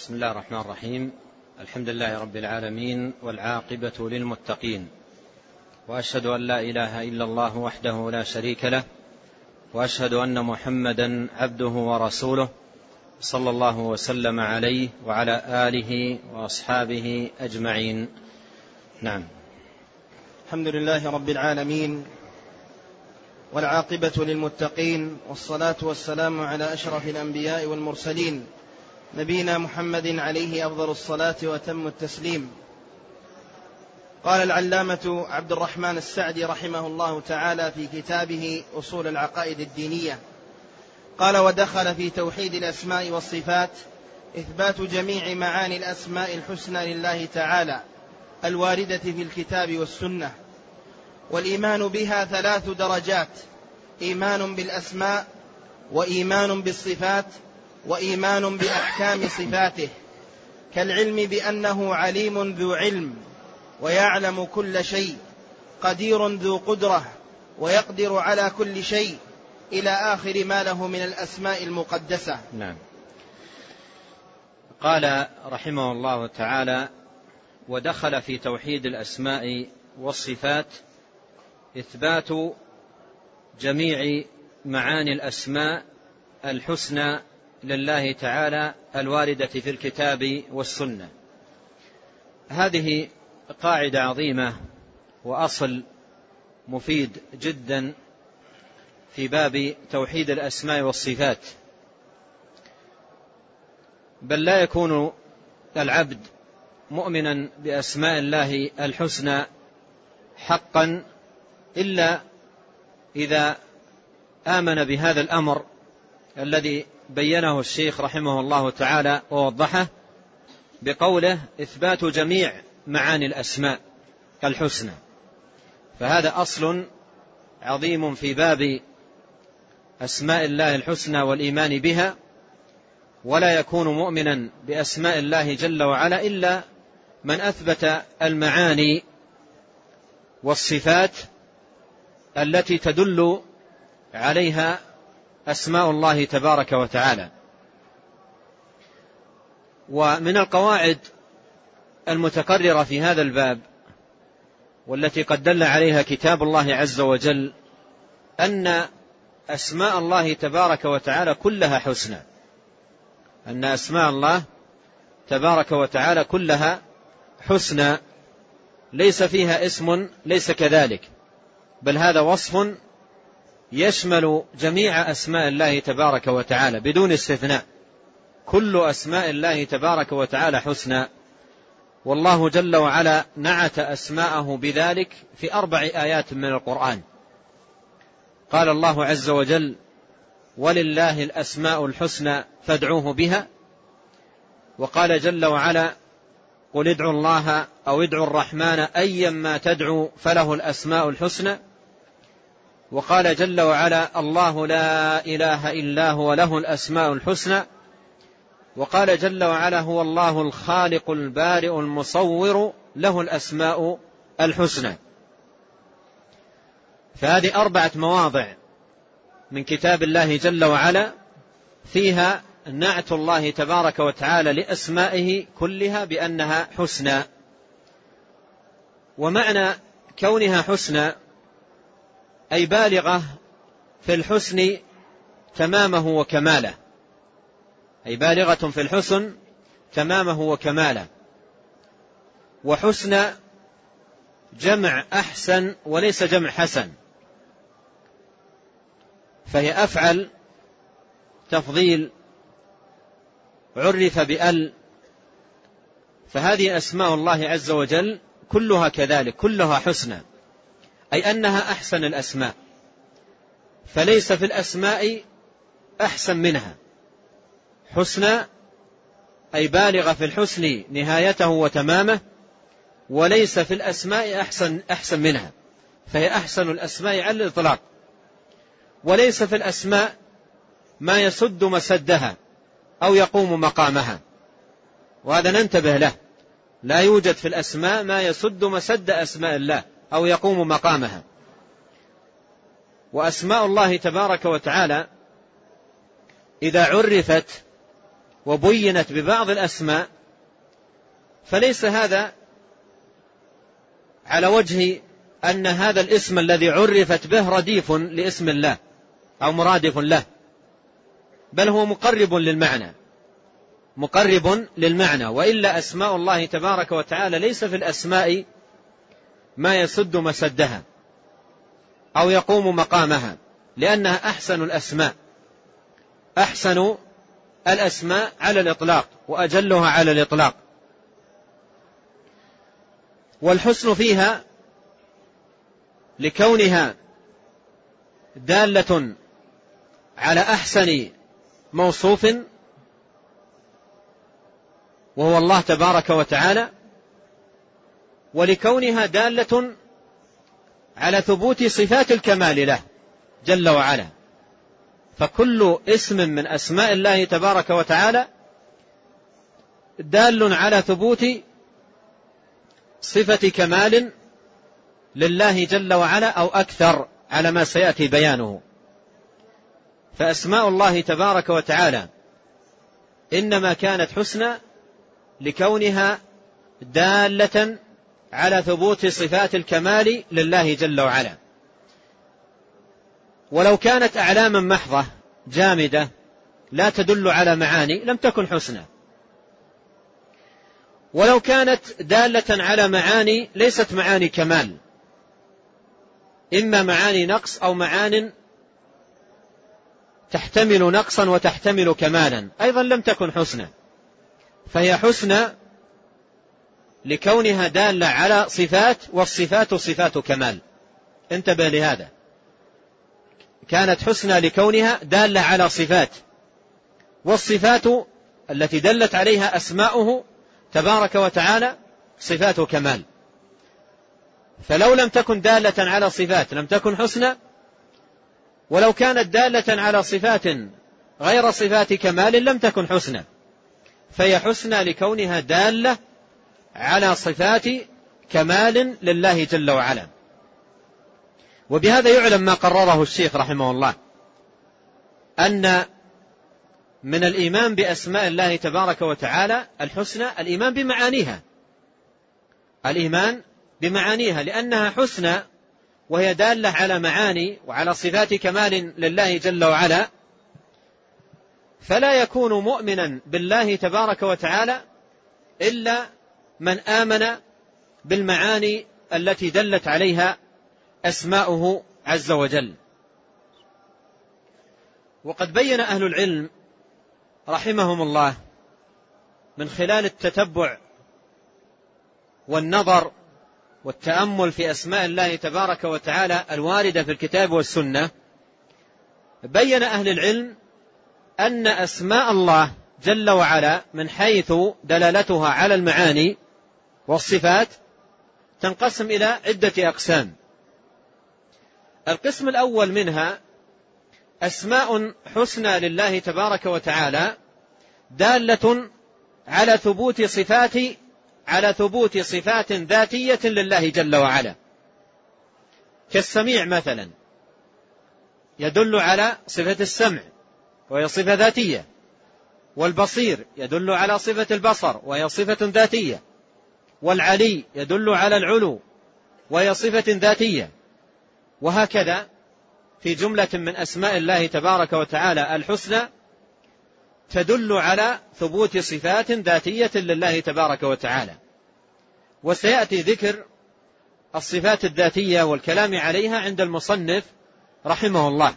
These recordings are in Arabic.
بسم الله الرحمن الرحيم. الحمد لله رب العالمين، والعاقبة للمتقين، وأشهد أن لا إله إلا الله وحده لا شريك له، وأشهد أن محمدا عبده ورسوله، صلى الله وسلم عليه وعلى آله وأصحابه أجمعين. نعم. الحمد لله رب العالمين، والعاقبة للمتقين، والصلاة والسلام على أشرف الأنبياء والمرسلين، نبينا محمد عليه أفضل الصلاة وأتم التسليم. قال العلامة عبد الرحمن السعدي رحمه الله تعالى في كتابه أصول العقائد الدينية، قال: ودخل في توحيد الأسماء والصفات إثبات جميع معاني الأسماء الحسنى لله تعالى الواردة في الكتاب والسنة، والإيمان بها 3 درجات: إيمان بالأسماء، وإيمان بالصفات، وإيمان بأحكام صفاته، كالعلم بأنه عليم ذو علم ويعلم كل شيء، قدير ذو قدرة ويقدر على كل شيء، إلى آخر ما له من الأسماء المقدسة. نعم. قال رحمه الله تعالى: ودخل في توحيد الأسماء والصفات إثبات جميع معاني الأسماء الحسنى لله تعالى الواردة في الكتاب والسنة. هذه قاعدة عظيمة وأصل مفيد جدا في باب توحيد الأسماء والصفات، بل لا يكون العبد مؤمنا بأسماء الله الحسنى حقا إلا إذا آمن بهذا الأمر الذي بينه الشيخ رحمه الله تعالى ووضحه بقوله: إثبات جميع معاني الأسماء الحسنى. فهذا أصل عظيم في باب أسماء الله الحسنى والإيمان بها، ولا يكون مؤمنا بأسماء الله جل وعلا إلا من أثبت المعاني والصفات التي تدل عليها أسماء الله تبارك وتعالى. ومن القواعد المتقررة في هذا الباب، والتي قد دل عليها كتاب الله عز وجل، أن أسماء الله تبارك وتعالى كلها حسنى، أن أسماء الله تبارك وتعالى كلها حسنى، ليس فيها اسم ليس كذلك، بل هذا وصف يشمل جميع أسماء الله تبارك وتعالى بدون استثناء. كل أسماء الله تبارك وتعالى حسنى، والله جل وعلا نعت أسماءه بذلك في 4 آيات من القرآن. قال الله عز وجل: ولله الأسماء الحسنى فادعوه بها. وقال جل وعلا: قل ادعوا الله أو ادعوا الرحمن أيما تدعوا فله الأسماء الحسنى. وقال جل وعلا: الله لا إله إلا هو له الأسماء الحسنى. وقال جل وعلا: هو الله الخالق البارئ المصور له الأسماء الحسنى. فهذه 4 مواضع من كتاب الله جل وعلا فيها نعت الله تبارك وتعالى لأسمائه كلها بأنها حسنى. ومعنى كونها حسنى أي بالغة في الحسن تمامه وكماله، أي بالغة في الحسن تمامه وكماله. وحسن جمع أحسن وليس جمع حسن، فهي أفعل تفضيل عرف بأل. فهذه أسماء الله عز وجل كلها كذلك، كلها حسنى، أي أنها أحسن الأسماء، فليس في الأسماء أحسن منها. حسنى أي بالغة في الحسن نهايته وتمامه، وليس في الأسماء أحسن منها، فهي أحسن الأسماء على الإطلاق. وليس في الأسماء ما يسد مسدها أو يقوم مقامها، وهذا ننتبه له. لا يوجد في الأسماء ما يسد مسد أسماء الله أو يقوم مقامها. وأسماء الله تبارك وتعالى إذا عرفت وبينت ببعض الأسماء، فليس هذا على وجه أن هذا الاسم الذي عرفت به رديف لاسم الله أو مرادف له، بل هو مقرب للمعنى. وإلا أسماء الله تبارك وتعالى ليس في الأسماء ما يسد مسدها أو يقوم مقامها، لأنها أحسن الأسماء على الإطلاق وأجلها على الإطلاق. والحسن فيها لكونها دالة على أحسن موصوف وهو الله تبارك وتعالى، ولكونها دالة على ثبوت صفات الكمال له جل وعلا. فكل اسم من أسماء الله تبارك وتعالى دال على ثبوت صفة كمال لله جل وعلا أو أكثر، على ما سيأتي بيانه. فأسماء الله تبارك وتعالى إنما كانت حسنى لكونها دالة على ثبوت صفات الكمال لله جل وعلا. ولو كانت أعلاما محضة جامدة لا تدل على معاني لم تكن حسنى، ولو كانت دالة على معاني ليست معاني كمال، إما معاني نقص أو معان تحتمل نقصا وتحتمل كمالا، أيضا لم تكن حسنى. فهي حسنى لكونها دالة على صفات، والصفات صفات كمال. انتبه لهذا، كانت حسنى لكونها دالة على صفات، والصفات التي دلت عليها أسماؤه تبارك وتعالى صفات كمال. فلو لم تكن دالة على صفات لم تكن حسنى، ولو كانت دالة على صفات غير صفات كمال لم تكن حسنى. فهي حسنى لكونها دالة على صفات كمال لله جل وعلا. وبهذا يعلم ما قرره الشيخ رحمه الله، أن من الإيمان بأسماء الله تبارك وتعالى الحسنى الإيمان بمعانيها، لأنها حسنى وهي دالة على معاني وعلى صفات كمال لله جل وعلا. فلا يكون مؤمنا بالله تبارك وتعالى إلا من آمن بالمعاني التي دلت عليها أسماؤه عز وجل. وقد بين أهل العلم رحمهم الله من خلال التتبع والنظر والتأمل في أسماء الله تبارك وتعالى الواردة في الكتاب والسنة، بين أهل العلم أن أسماء الله جل وعلا من حيث دلالتها على المعاني والصفات تنقسم إلى عدة أقسام. القسم الأول منها أسماء حسنى لله تبارك وتعالى دالة على ثبوت صفات ذاتية لله جل وعلا، كالسميع مثلا يدل على صفة السمع وهي صفة ذاتية، والبصير يدل على صفة البصر وهي صفة ذاتية، والعلي يدل على العلو وهي صفة ذاتية. وهكذا في جملة من أسماء الله تبارك وتعالى الحسنى تدل على ثبوت صفات ذاتية لله تبارك وتعالى. وسيأتي ذكر الصفات الذاتية والكلام عليها عند المصنف رحمه الله.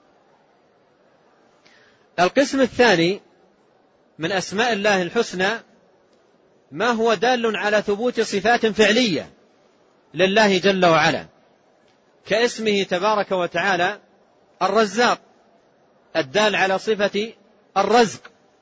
القسم الثاني من أسماء الله الحسنى ما هو دال على ثبوت صفات فعلية لله جل وعلا، كاسمه تبارك وتعالى الرزاق الدال على صفة الرزق،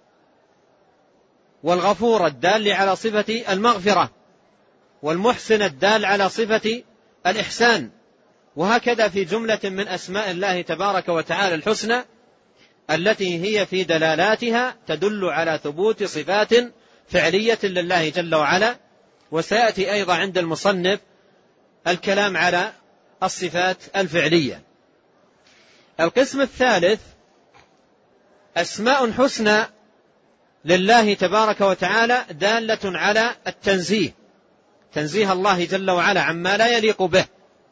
والغفور الدال على صفة المغفرة، والمحسن الدال على صفة الإحسان. وهكذا في جملة من أسماء الله تبارك وتعالى الحسنى التي هي في دلالاتها تدل على ثبوت صفات فعلية لله جل وعلا. وسيأتي أيضا عند المصنف الكلام على الصفات الفعلية. القسم الثالث أسماء حسنى لله تبارك وتعالى دالة على التنزيه، تنزيه الله جل وعلا عما لا يليق به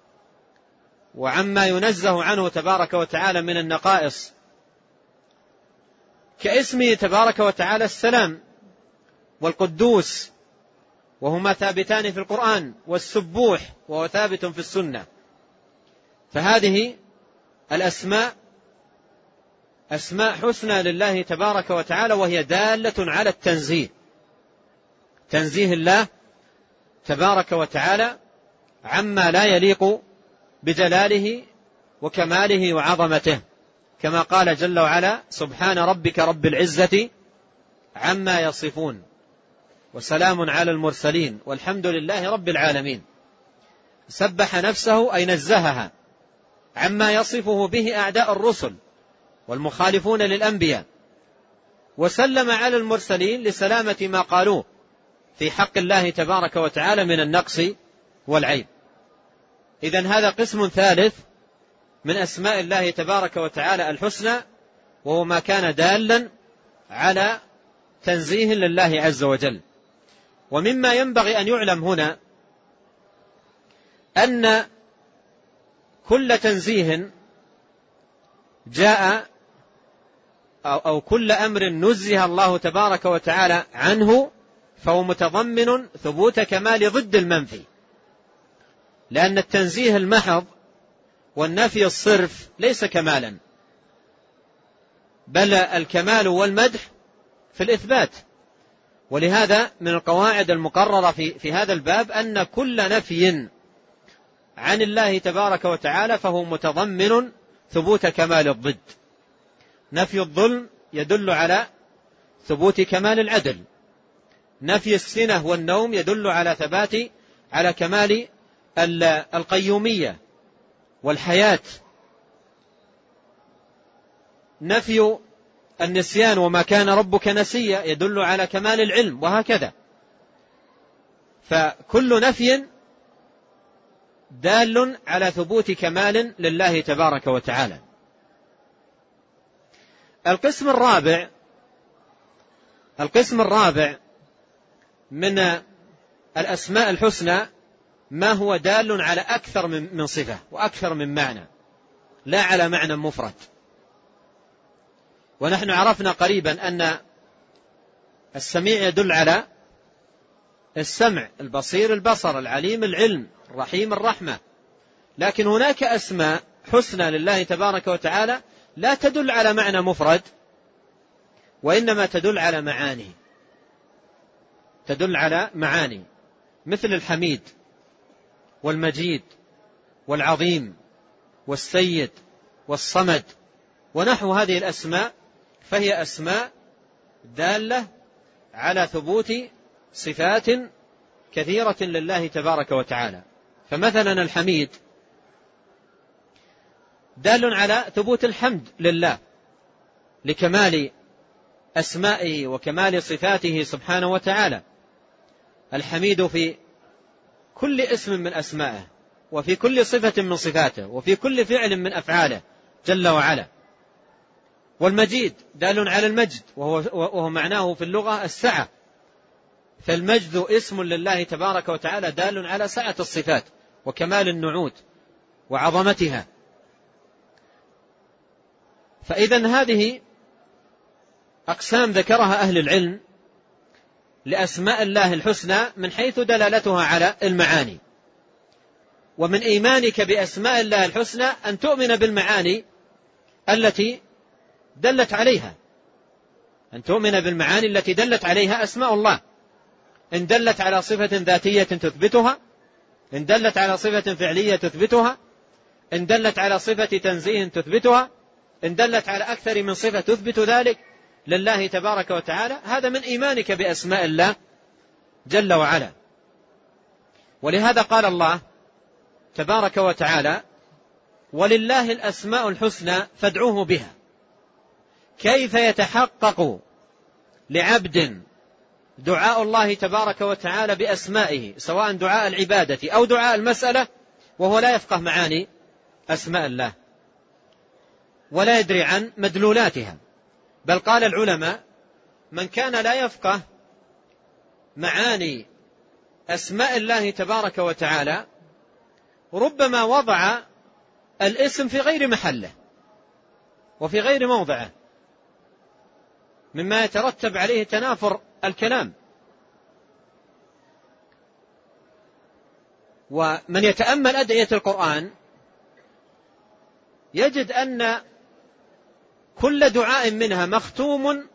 وعما ينزه عنه تبارك وتعالى من النقائص، كاسمه تبارك وتعالى السلام والقدوس، وهما ثابتان في القرآن، والسبوح وهو ثابت في السنة. فهذه الأسماء أسماء حسنى لله تبارك وتعالى، وهي دالة على التنزيه، تنزيه الله تبارك وتعالى عما لا يليق بجلاله وكماله وعظمته، كما قال جل وعلا: سبحان ربك رب العزة عما يصفون وسلام على المرسلين والحمد لله رب العالمين. سبح نفسه أي نزهها عما يصفه به أعداء الرسل والمخالفون للأنبياء، وسلم على المرسلين لسلامة ما قالوه في حق الله تبارك وتعالى من النقص والعيب. إذن هذا قسم ثالث من أسماء الله تبارك وتعالى الحسنى، وهو ما كان دالا على تنزيه لله عز وجل. ومما ينبغي أن يعلم هنا أن كل تنزيه جاء أو كل أمر نزه الله تبارك وتعالى عنه فهو متضمن ثبوت كمال ضد المنفي، لأن التنزيه المحض والنفي الصرف ليس كمالا، بل الكمال والمدح في الإثبات. ولهذا من القواعد المقررة في هذا الباب أن كل نفي عن الله تبارك وتعالى فهو متضمن ثبوت كمال الضد. نفي الظلم يدل على ثبوت كمال العدل، نفي السنة والنوم يدل على ثبات على كمال القيومية والحياة، نفي النسيان وما كان ربك نسيا يدل على كمال العلم، وهكذا. فكل نفي دال على ثبوت كمال لله تبارك وتعالى. القسم الرابع من الأسماء الحسنى ما هو دال على أكثر من صفة وأكثر من معنى، لا على معنى مفرد. ونحن عرفنا قريبا أن السميع يدل على السمع، البصير البصر، العليم العلم، الرحيم الرحمة. لكن هناك أسماء حسنى لله تبارك وتعالى لا تدل على معنى مفرد، وإنما تدل على معاني، مثل الحميد والمجيد والعظيم والسيد والصمد ونحو هذه الأسماء، فهي أسماء دالة على ثبوت صفات كثيرة لله تبارك وتعالى. فمثلا الحميد دال على ثبوت الحمد لله لكمال أسمائه وكمال صفاته سبحانه وتعالى. الحميد في كل اسم من أسمائه، وفي كل صفة من صفاته، وفي كل فعل من أفعاله جل وعلا. والمجيد دال على المجد، وهو معناه في اللغة السعة، فالمجد اسم لله تبارك وتعالى دال على سعة الصفات وكمال النعوت وعظمتها. فإذن هذه أقسام ذكرها أهل العلم لأسماء الله الحسنى من حيث دلالتها على المعاني. ومن إيمانك بأسماء الله الحسنى أن تؤمن بالمعاني التي دلت عليها، أن تؤمن بالمعاني التي دلت عليها أسماء الله. إن دلت على صفة ذاتية تثبتها، إن دلت على صفة فعلية تثبتها، إن دلت على صفة تنزيه تثبتها، إن دلت على أكثر من صفة تثبت ذلك لله تبارك وتعالى. هذا من إيمانك بأسماء الله جل وعلا. ولهذا قال الله تبارك وتعالى: ولله الأسماء الحسنى فادعوه بها. كيف يتحقق لعبد دعاء الله تبارك وتعالى بأسمائه، سواء دعاء العبادة أو دعاء المسألة، وهو لا يفقه معاني أسماء الله ولا يدري عن مدلولاتها؟ بل قال العلماء: من كان لا يفقه معاني أسماء الله تبارك وتعالى ربما وضع الاسم في غير محله وفي غير موضعه، مما يترتب عليه تنافر الكلام. ومن يتأمل أدعية القرآن يجد أن كل دعاء منها مختوم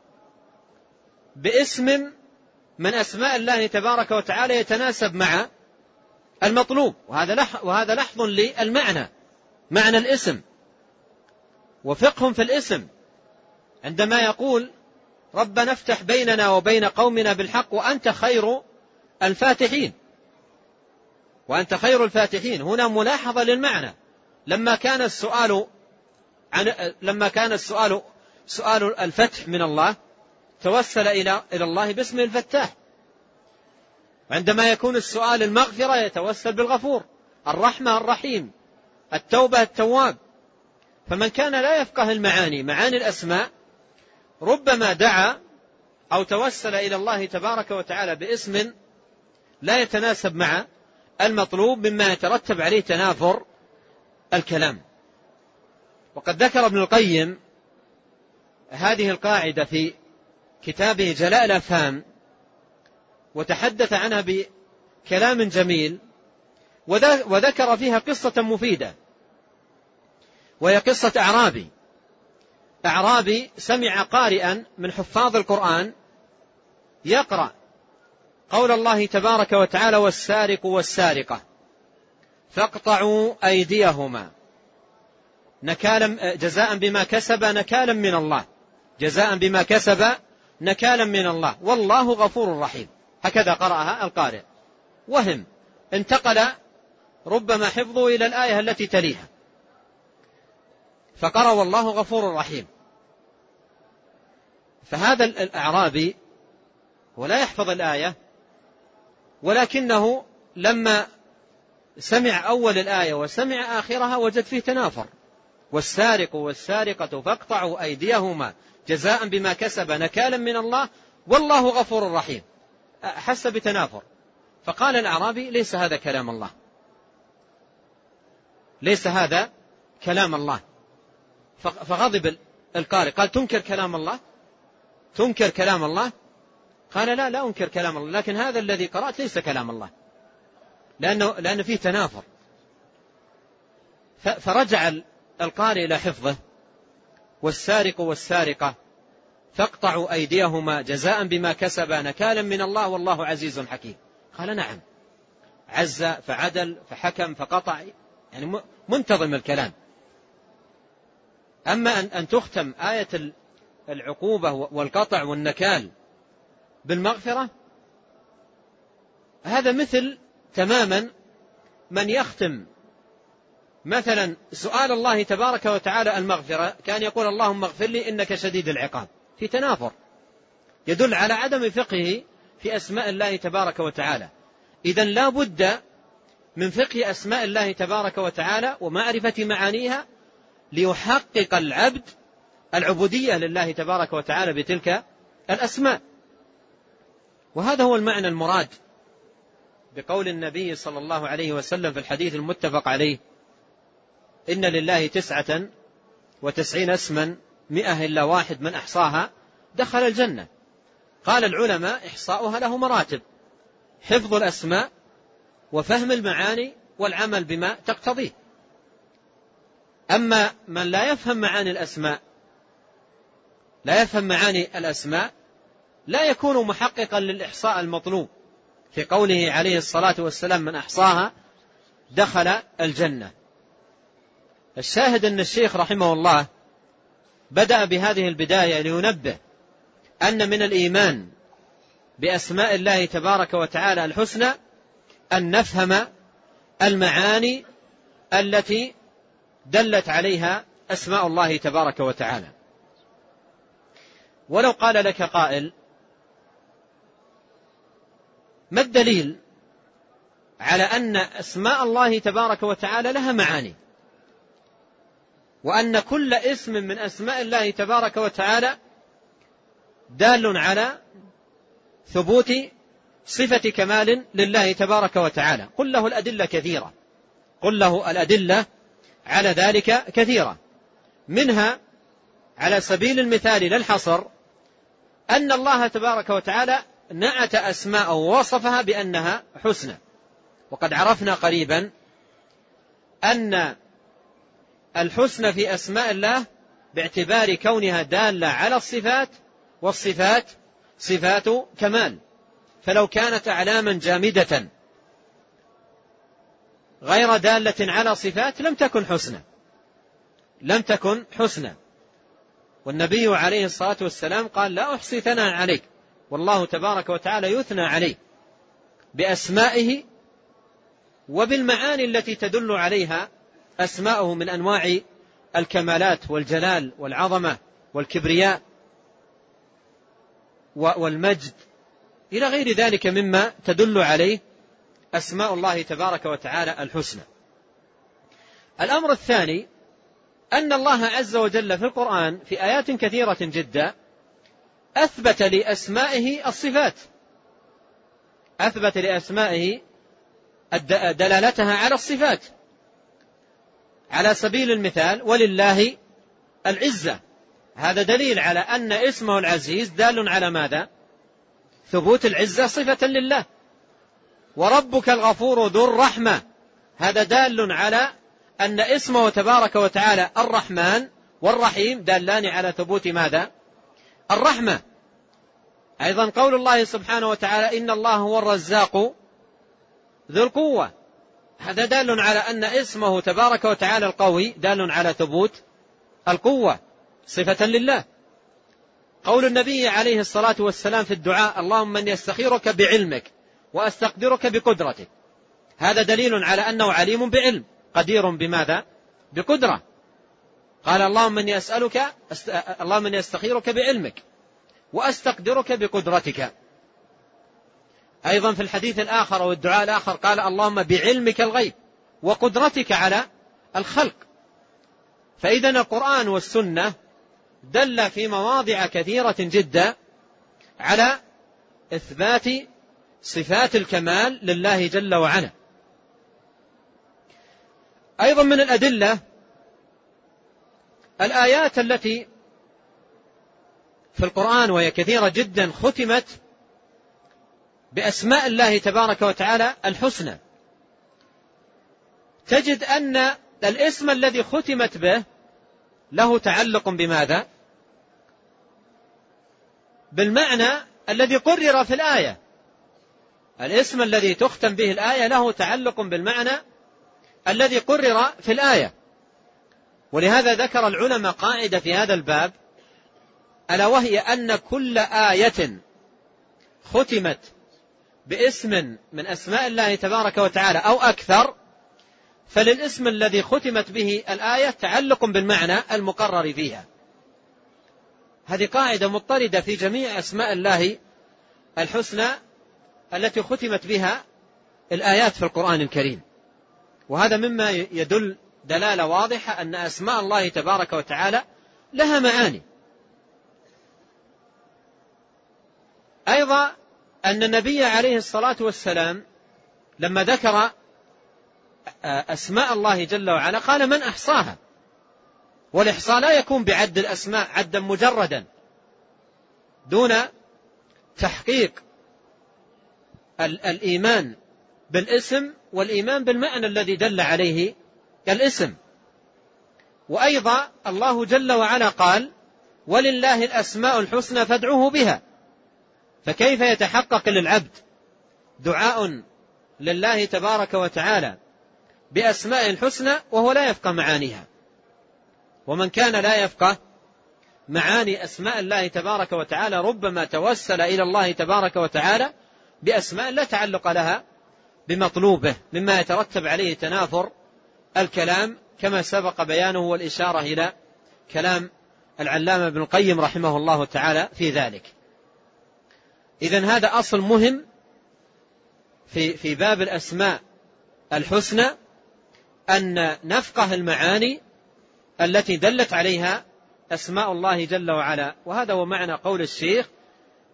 باسم من أسماء الله تبارك وتعالى يتناسب مع المطلوب، وهذا لحظ للمعنى، معنى الاسم وفقه في الاسم، عندما يقول ربنا افتح بيننا وبين قومنا بالحق وأنت خير الفاتحين. وأنت خير الفاتحين هنا ملاحظة للمعنى. لما كان السؤال سؤال الفتح من الله توسل إلى الله باسم الفتاح، وعندما يكون السؤال المغفرة يتوسل بالغفور، الرحمة الرحيم، التوبة التواب. فمن كان لا يفقه معاني الأسماء ربما دعا أو توسل إلى الله تبارك وتعالى باسم لا يتناسب مع المطلوب، مما يترتب عليه تنافر الكلام. وقد ذكر ابن القيم هذه القاعدة في كتابه جلاء الأفهام، وتحدث عنها بكلام جميل، وذكر فيها قصة مفيدة، وهي قصة أعرابي سمع قارئا من حفاظ القرآن يقرأ قول الله تبارك وتعالى والسارق والسارقة فاقطعوا أيديهما جزاء بما كسب نكالا من الله، جزاء بما كسب نكالا من الله والله غفور رحيم. هكذا قرأها القارئ، وهم انتقل ربما حفظه إلى الآية التي تليها، فقرأ والله غفور رحيم. فهذا الأعرابي ولا يحفظ الآية، ولكنه لما سمع أول الآية وسمع آخرها وجد فيه تنافر، والسارق والسارقة فاقطعوا أيديهما جزاء بما كسب نكالا من الله والله غفور رحيم، حس بتنافر. فقال الأعرابي ليس هذا كلام الله، ليس هذا كلام الله. فغضب القارئ قال تنكر كلام الله؟ تنكر كلام الله؟ قال لا أنكر كلام الله، لكن هذا الذي قرأت ليس كلام الله، لأنه فيه تنافر. فرجع القارئ إلى حفظه والسارق والسارقة فاقطعوا أيديهما جزاء بما كسبا نكالا من الله والله عزيز حكيم. قال نعم، عز فعدل فحكم فقطع، يعني منتظم الكلام. أما أن تختم آية العقوبة والقطع والنكال بالمغفرة، هذا مثل تماما من يختم مثلا سؤال الله تبارك وتعالى المغفرة، كان يقول اللهم اغفر لي إنك شديد العقاب، في تنافر يدل على عدم فقهه في أسماء الله تبارك وتعالى. إذن لا بد من فقه أسماء الله تبارك وتعالى ومعرفة معانيها ليحقق العبد العبودية لله تبارك وتعالى بتلك الأسماء. وهذا هو المعنى المراد بقول النبي صلى الله عليه وسلم في الحديث المتفق عليه إن لله 99 اسما 100 إلا واحد من أحصاها دخل الجنة. قال العلماء إحصاؤها له مراتب: حفظ الأسماء وفهم المعاني والعمل بما تقتضيه. أما من لا يفهم معاني الأسماء لا يكون محققا للإحصاء المطلوب في قوله عليه الصلاة والسلام من أحصاها دخل الجنة. الشاهد أن الشيخ رحمه الله بدأ بهذه البداية لينبه أن من الإيمان بأسماء الله تبارك وتعالى الحسنى أن نفهم المعاني التي دلت عليها أسماء الله تبارك وتعالى. ولو قال لك قائل ما الدليل على أن أسماء الله تبارك وتعالى لها معاني، وأن كل اسم من أسماء الله تبارك وتعالى دال على ثبوت صفة كمال لله تبارك وتعالى. قل له الأدلة كثيرة، قل له الأدلة على ذلك كثيرة، منها على سبيل المثال للحصر أن الله تبارك وتعالى نعت أسماءه ووصفها بأنها حسنى. وقد عرفنا قريبا أن الحسنى في أسماء الله باعتبار كونها دالة على الصفات، والصفات صفات كمال، فلو كانت أعلاما جامدة غير دالة على صفات لم تكن حسنى، لم تكن حسنى. والنبي عليه الصلاة والسلام قال لا أحصي ثناء عليك، والله تبارك وتعالى يثنى عليه بأسمائه وبالمعاني التي تدل عليها أسماؤه من أنواع الكمالات والجلال والعظمة والكبرياء والمجد إلى غير ذلك مما تدل عليه أسماء الله تبارك وتعالى الحسنى. الأمر الثاني أن الله عز وجل في القرآن في آيات كثيرة جدا أثبت لأسمائه الصفات، أثبت لأسمائه دلالتها على الصفات. على سبيل المثال ولله العزة، هذا دليل على أن اسمه العزيز دال على ماذا؟ ثبوت العزة صفة لله. وربك الغفور ذو الرحمة، هذا دال على أن اسمه تبارك وتعالى الرحمن والرحيم دالان على ثبوت ماذا؟ الرحمة. أيضا قول الله سبحانه وتعالى إن الله هو الرزاق ذو القوة، هذا دال على أن اسمه تبارك وتعالى القوي دال على ثبوت القوة صفة لله. قول النبي عليه الصلاة والسلام في الدعاء اللهم من يستخيرك بعلمك وأستقدرك بقدرتك، هذا دليل على أنه عليم بعلم قدير بماذا؟ بقدرة. قال اللهم من يستخيرك بعلمك وأستقدرك بقدرتك. أيضا في الحديث الآخر والدعاء الآخر قال اللهم بعلمك الغيب وقدرتك على الخلق. فإذن القرآن والسنة دل في مواضع كثيرة جدا على إثبات صفات الكمال لله جل وعلا. أيضا من الأدلة الآيات التي في القرآن وهي كثيرة جدا ختمت بأسماء الله تبارك وتعالى الحسنى، تجد أن الاسم الذي ختمت به له تعلق بماذا؟ بالمعنى الذي قرر في الآية. الاسم الذي تختم به الآية له تعلق بالمعنى الذي قرر في الآية. ولهذا ذكر العلماء قاعدة في هذا الباب، ألا وهي أن كل آية ختمت باسم من أسماء الله تبارك وتعالى أو أكثر، فللاسم الذي ختمت به الآية تعلق بالمعنى المقرر فيها. هذه قاعدة مضطردة في جميع أسماء الله الحسنى التي ختمت بها الآيات في القرآن الكريم. وهذا مما يدل دلالة واضحة أن أسماء الله تبارك وتعالى لها معاني. أيضا أن النبي عليه الصلاة والسلام لما ذكر أسماء الله جل وعلا قال من أحصاها، والإحصاء لا يكون بعد الأسماء عدا مجردا دون تحقيق الإيمان بالاسم والإيمان بالمعنى الذي دل عليه الاسم. وأيضا الله جل وعلا قال ولله الأسماء الحسنى فادعوه بها، فكيف يتحقق للعبد دعاء لله تبارك وتعالى بأسماء الحسنى وهو لا يفقه معانيها؟ ومن كان لا يفقه معاني أسماء الله تبارك وتعالى ربما توسل إلى الله تبارك وتعالى بأسماء لا تعلق لها بمطلوبه، مما يترتب عليه تنافر الكلام كما سبق بيانه والإشارة إلى كلام العلامة ابن القيم رحمه الله تعالى في ذلك. إذن هذا أصل مهم في باب الأسماء الحسنى، أن نفقه المعاني التي دلت عليها أسماء الله جل وعلا. وهذا هو معنى قول الشيخ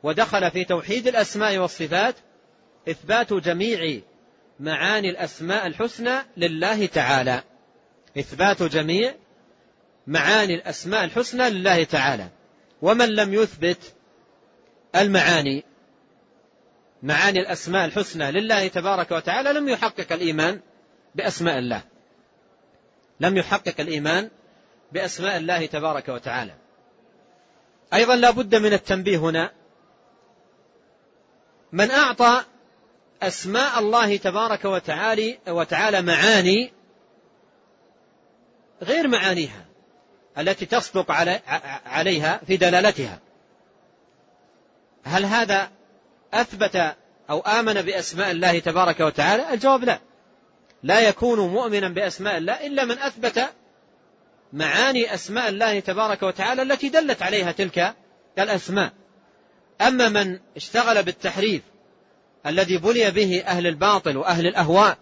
ودخل في توحيد الأسماء والصفات إثبات جميع معاني الأسماء الحسنى لله تعالى، إثبات جميع معاني الأسماء الحسنى لله تعالى. ومن لم يثبت معاني الأسماء الحسنى لله تبارك وتعالى لم يحقق الإيمان بأسماء الله، لم يحقق الإيمان بأسماء الله تبارك وتعالى. أيضا لا بد من التنبيه هنا، من أعطى أسماء الله تبارك وتعالى معاني غير معانيها التي تصدق عليها في دلالتها، هل هذا أثبت أو آمن بأسماء الله تبارك وتعالى؟ الجواب لا، لا يكون مؤمنا بأسماء الله إلا من أثبت معاني أسماء الله تبارك وتعالى التي دلت عليها تلك الأسماء. أما من اشتغل بالتحريف الذي بلي به أهل الباطل وأهل الأهواء،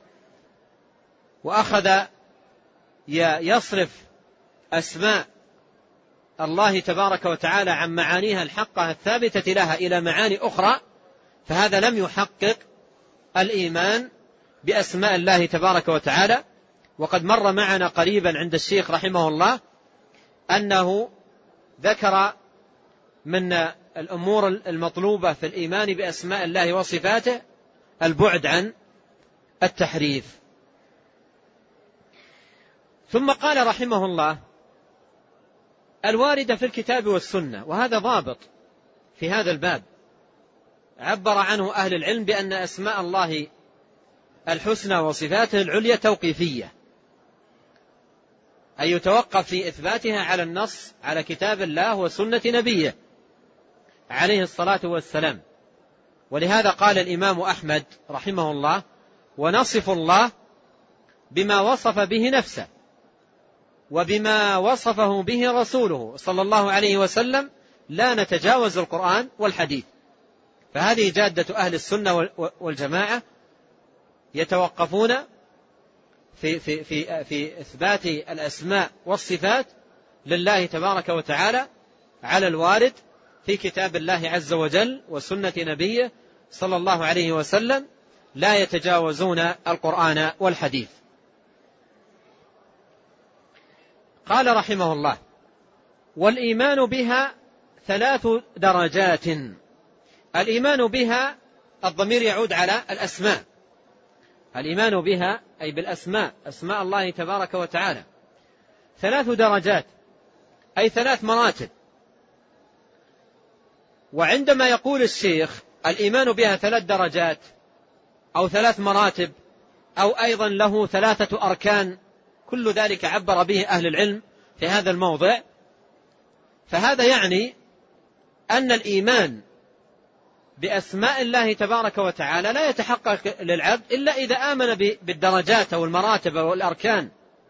وأخذ يصرف أسماء الله تبارك وتعالى عن معانيها الحقة الثابتة لها إلى معاني أخرى، فهذا لم يحقق الإيمان بأسماء الله تبارك وتعالى. وقد مر معنا قريبا عند الشيخ رحمه الله أنه ذكر من الأمور المطلوبة في الإيمان بأسماء الله وصفاته البعد عن التحريف. ثم قال رحمه الله الواردة في الكتاب والسنة، وهذا ضابط في هذا الباب عبر عنه أهل العلم بأن أسماء الله الحسنى وصفاته العليا توقيفية، أي يتوقف في إثباتها على النص على كتاب الله وسنة نبيه عليه الصلاة والسلام. ولهذا قال الإمام أحمد رحمه الله ونصف الله بما وصف به نفسه وبما وصفه به رسوله صلى الله عليه وسلم، لا نتجاوز القرآن والحديث. فهذه جادة أهل السنة والجماعة، يتوقفون في إثبات الأسماء والصفات لله تبارك وتعالى على الوارد في كتاب الله عز وجل وسنة نبيه صلى الله عليه وسلم، لا يتجاوزون القرآن والحديث. قال رحمه الله والإيمان بها 3 درجات. الإيمان بها الضمير يعود على الأسماء، الإيمان بها أي بالأسماء، أسماء الله تبارك وتعالى 3 درجات أي 3 مراتب. وعندما يقول الشيخ الإيمان بها 3 درجات أو 3 مراتب أو أيضا له 3 أركان، كل ذلك عبر به أهل العلم في هذا الموضع، فهذا يعني أن الإيمان بأسماء الله تبارك وتعالى لا يتحقق للعبد إلا إذا آمن بالدرجات أو المراتب والأركان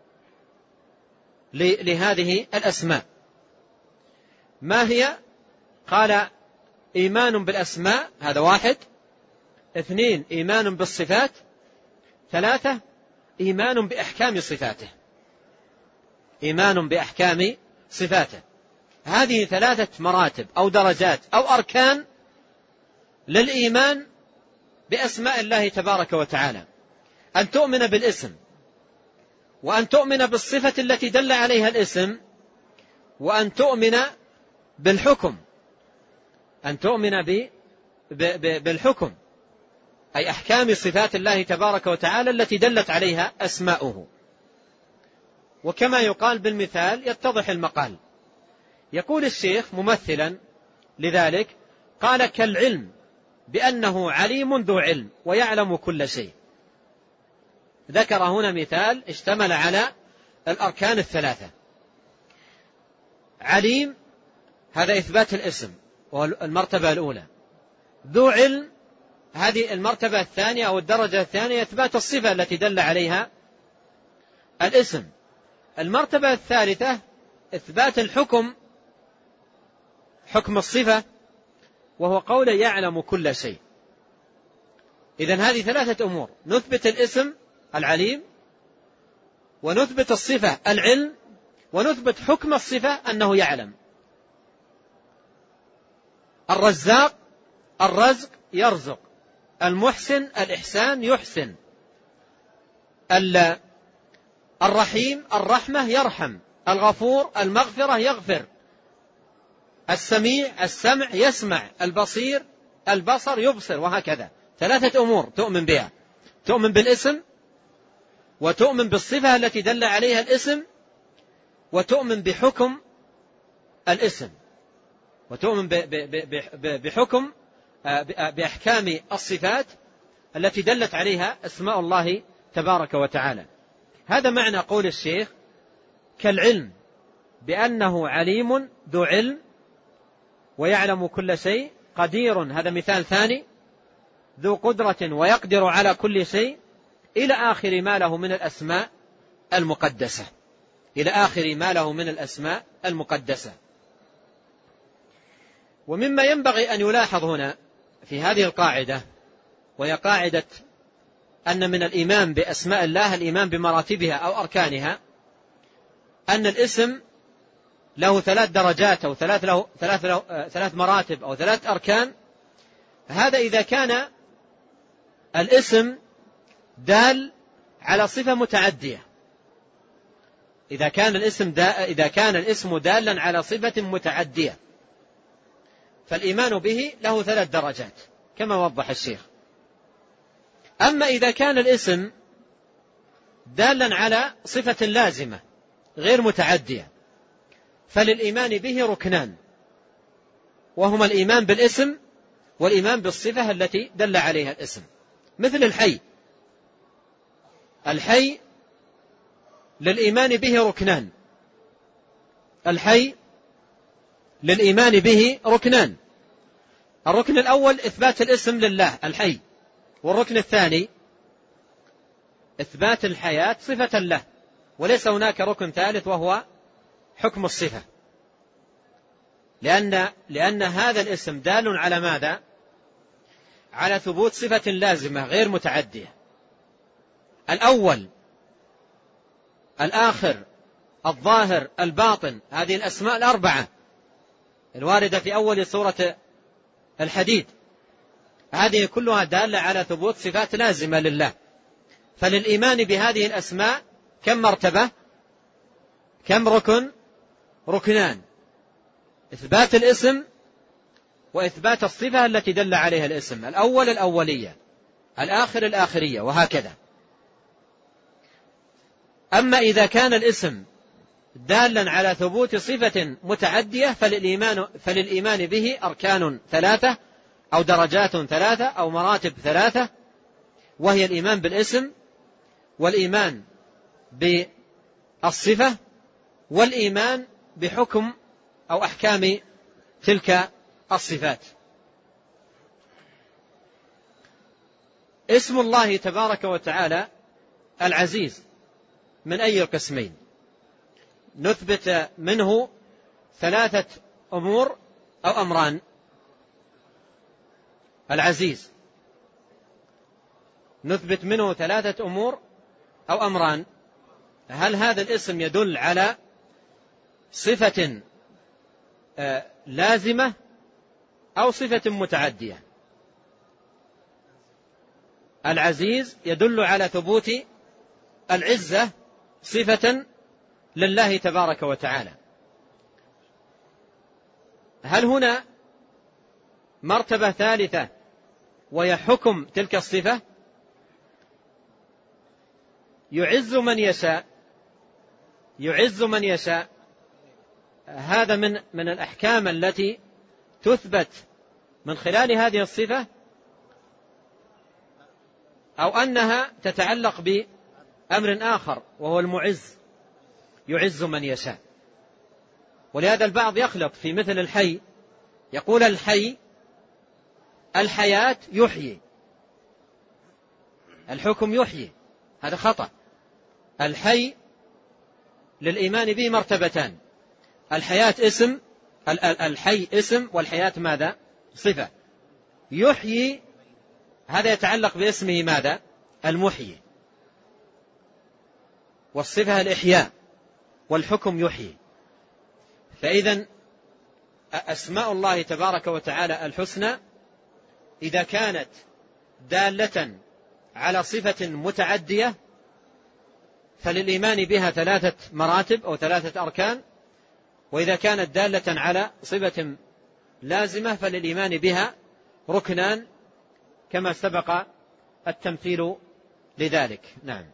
لهذه الأسماء. ما هي؟ قال إيمان بالأسماء، هذا 1. 2 إيمان بالصفات. 3 إيمان بأحكام صفاته، إيمان بأحكام صفاته. هذه 3 مراتب أو درجات أو أركان للإيمان بأسماء الله تبارك وتعالى: أن تؤمن بالاسم، وأن تؤمن بالصفة التي دل عليها الاسم، وأن تؤمن بالحكم، أن تؤمن بالحكم أي أحكام صفات الله تبارك وتعالى التي دلت عليها أسماؤه. وكما يقال بالمثال يتضح المقال. يقول الشيخ ممثلا لذلك قال كالعلم بأنه عليم ذو علم ويعلم كل شيء. ذكر هنا مثال اشتمل على الأركان 3. عليم هذا إثبات الاسم والمرتبة الأولى، ذو علم هذه المرتبة الثانية أو الدرجة الثانية إثبات الصفة التي دل عليها الاسم، المرتبة الثالثة إثبات الحكم، حكم الصفة، وهو قول يعلم كل شيء. إذن هذه 3 أمور: نثبت الاسم العليم، ونثبت الصفة العلم، ونثبت حكم الصفة أنه يعلم. الرزاق الرزق يرزق، المحسن الإحسان يحسن، الرحيم الرحمة يرحم، الغفور المغفرة يغفر، السميع السمع يسمع، البصير البصر يبصر، وهكذا. 3 أمور تؤمن بها: تؤمن بالاسم، وتؤمن بالصفة التي دل عليها الاسم، وتؤمن بحكم الاسم، وتؤمن بحكم بأحكام الصفات التي دلت عليها أسماء الله تبارك وتعالى. هذا معنى قول الشيخ: كالعلم بأنه عليم ذو علم ويعلم كل شيء، قدير، هذا مثال ثاني، ذو قدرة ويقدر على كل شيء، إلى آخر ما له من الأسماء المقدسة، إلى آخر ما له من الأسماء المقدسة. ومما ينبغي أن يلاحظ هنا في هذه القاعدة، وهي قاعدة أن من الإيمان بأسماء الله الإيمان بمراتبها أو أركانها، أن الاسم له 3 درجات أو 3 مراتب أو 3 أركان. هذا إذا كان الاسم دال على صفة متعدية، إذا كان الاسم دالا على صفة متعدية فالإيمان به له 3 درجات كما وضح الشيخ. أما إذا كان الاسم دالا على صفة لازمة غير متعدية فللإيمان به ركنان، وهما الإيمان بالاسم والإيمان بالصفة التي دل عليها الاسم. مثل الحي للإيمان به ركنان، الحي للإيمان به ركنان: الركن الأول إثبات الاسم لله الحي، والركن الثاني إثبات الحياة صفة له، وليس هناك ركن ثالث وهو حكم الصفة، لأن هذا الاسم دال على ماذا؟ على ثبوت صفة لازمة غير متعدية: الأول، الآخر، الظاهر، الباطن. هذه الأسماء الأربعة الواردة في أول سورة الحديد، هذه كلها دالة على ثبوت صفات لازمة لله. فللإيمان بهذه الأسماء كم مرتبة؟ كم ركن؟ ركنان: إثبات الاسم، وإثبات الصفة التي دل عليها الاسم، الأول الأولية، الآخر الآخرية، وهكذا. أما إذا كان الاسم دالا على ثبوت صفة متعدية فللإيمان به أركان 3 أو درجات 3 أو مراتب 3، وهي الإيمان بالاسم، والإيمان بالصفة، والإيمان بحكم أو أحكام تلك الصفات. اسم الله تبارك وتعالى العزيز من أي القسمين؟ نثبت منه 3 أمور أو أمران. العزيز نثبت منه 3 أمور أو أمران. هل هذا الاسم يدل على صفة لازمة أو صفة متعدية؟ العزيز يدل على ثبوت العزة صفة لله تبارك وتعالى. هل هنا مرتبة ثالثة وهي حكم تلك الصفة؟ يعز من يشاء. هذا من الأحكام التي تثبت من خلال هذه الصفة، أو أنها تتعلق بأمر آخر وهو المعز، يعز من يشاء. ولهذا البعض يخلط في مثل الحي، يقول الحي الحياة يحيي، الحكم يحيي، هذا خطأ. الحي للإيمان به مرتبتان: الحياة اسم، الحي اسم، والحياة ماذا؟ صفة. يحيي هذا يتعلق باسمه ماذا؟ المحيي، والصفة الإحياء، والحكم يحيي. فإذن أسماء الله تبارك وتعالى الحسنى إذا كانت دالة على صفة متعدية فللإيمان بها 3 مراتب أو 3 أركان، وإذا كانت دالة على صفة لازمة فللإيمان بها ركنان كما سبق التمثيل لذلك. نعم.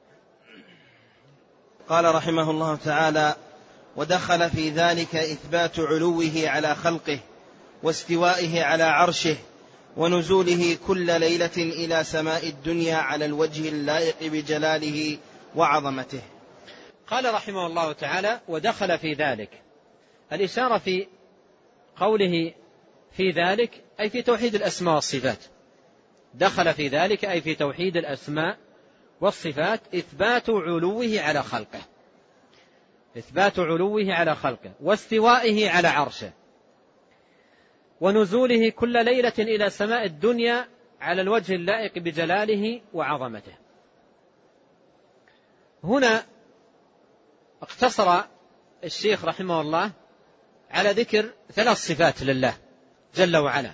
قال رحمه الله تعالى: ودخل في ذلك إثبات علوه على خلقه واستوائه على عرشه ونزوله كل ليلة إلى سماء الدنيا على الوجه اللائق بجلاله وعظمته. قال رحمه الله تعالى: ودخل في ذلك. الإشارة في قوله في ذلك أي في توحيد الأسماء والصفات. دخل في ذلك أي في توحيد الأسماء والصفات إثبات علوه على خلقه، إثبات علوه على خلقه واستوائه على عرشه ونزوله كل ليلة إلى سماء الدنيا على الوجه اللائق بجلاله وعظمته. هنا اقتصر الشيخ رحمه الله على ذكر 3 صفات لله جل وعلا،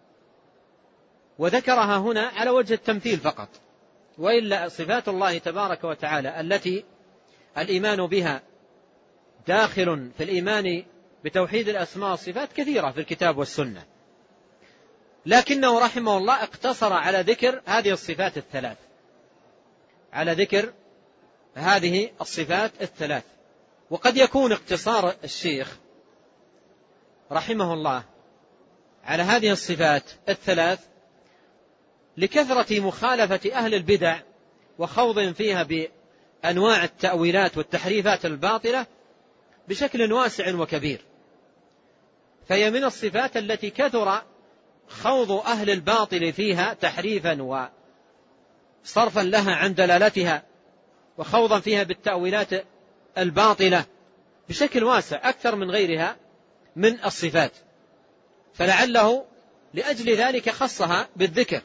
وذكرها هنا على وجه التمثيل فقط، وإلا صفات الله تبارك وتعالى التي الإيمان بها داخل في الإيمان بتوحيد الأسماء والصفات كثيرة في الكتاب والسنة، لكنه رحمه الله اقتصر على ذكر هذه الصفات 3، على ذكر هذه الصفات 3. وقد يكون اقتصار الشيخ رحمه الله على هذه الصفات 3 لكثرة مخالفة أهل البدع وخوض فيها بأنواع التأويلات والتحريفات الباطلة بشكل واسع وكبير، فهي من الصفات التي كثر خوض أهل الباطل فيها تحريفا وصرفا لها عن دلالتها وخوضا فيها بالتأويلات الباطلة بشكل واسع أكثر من غيرها من الصفات، فلعله لأجل ذلك خصها بالذكر،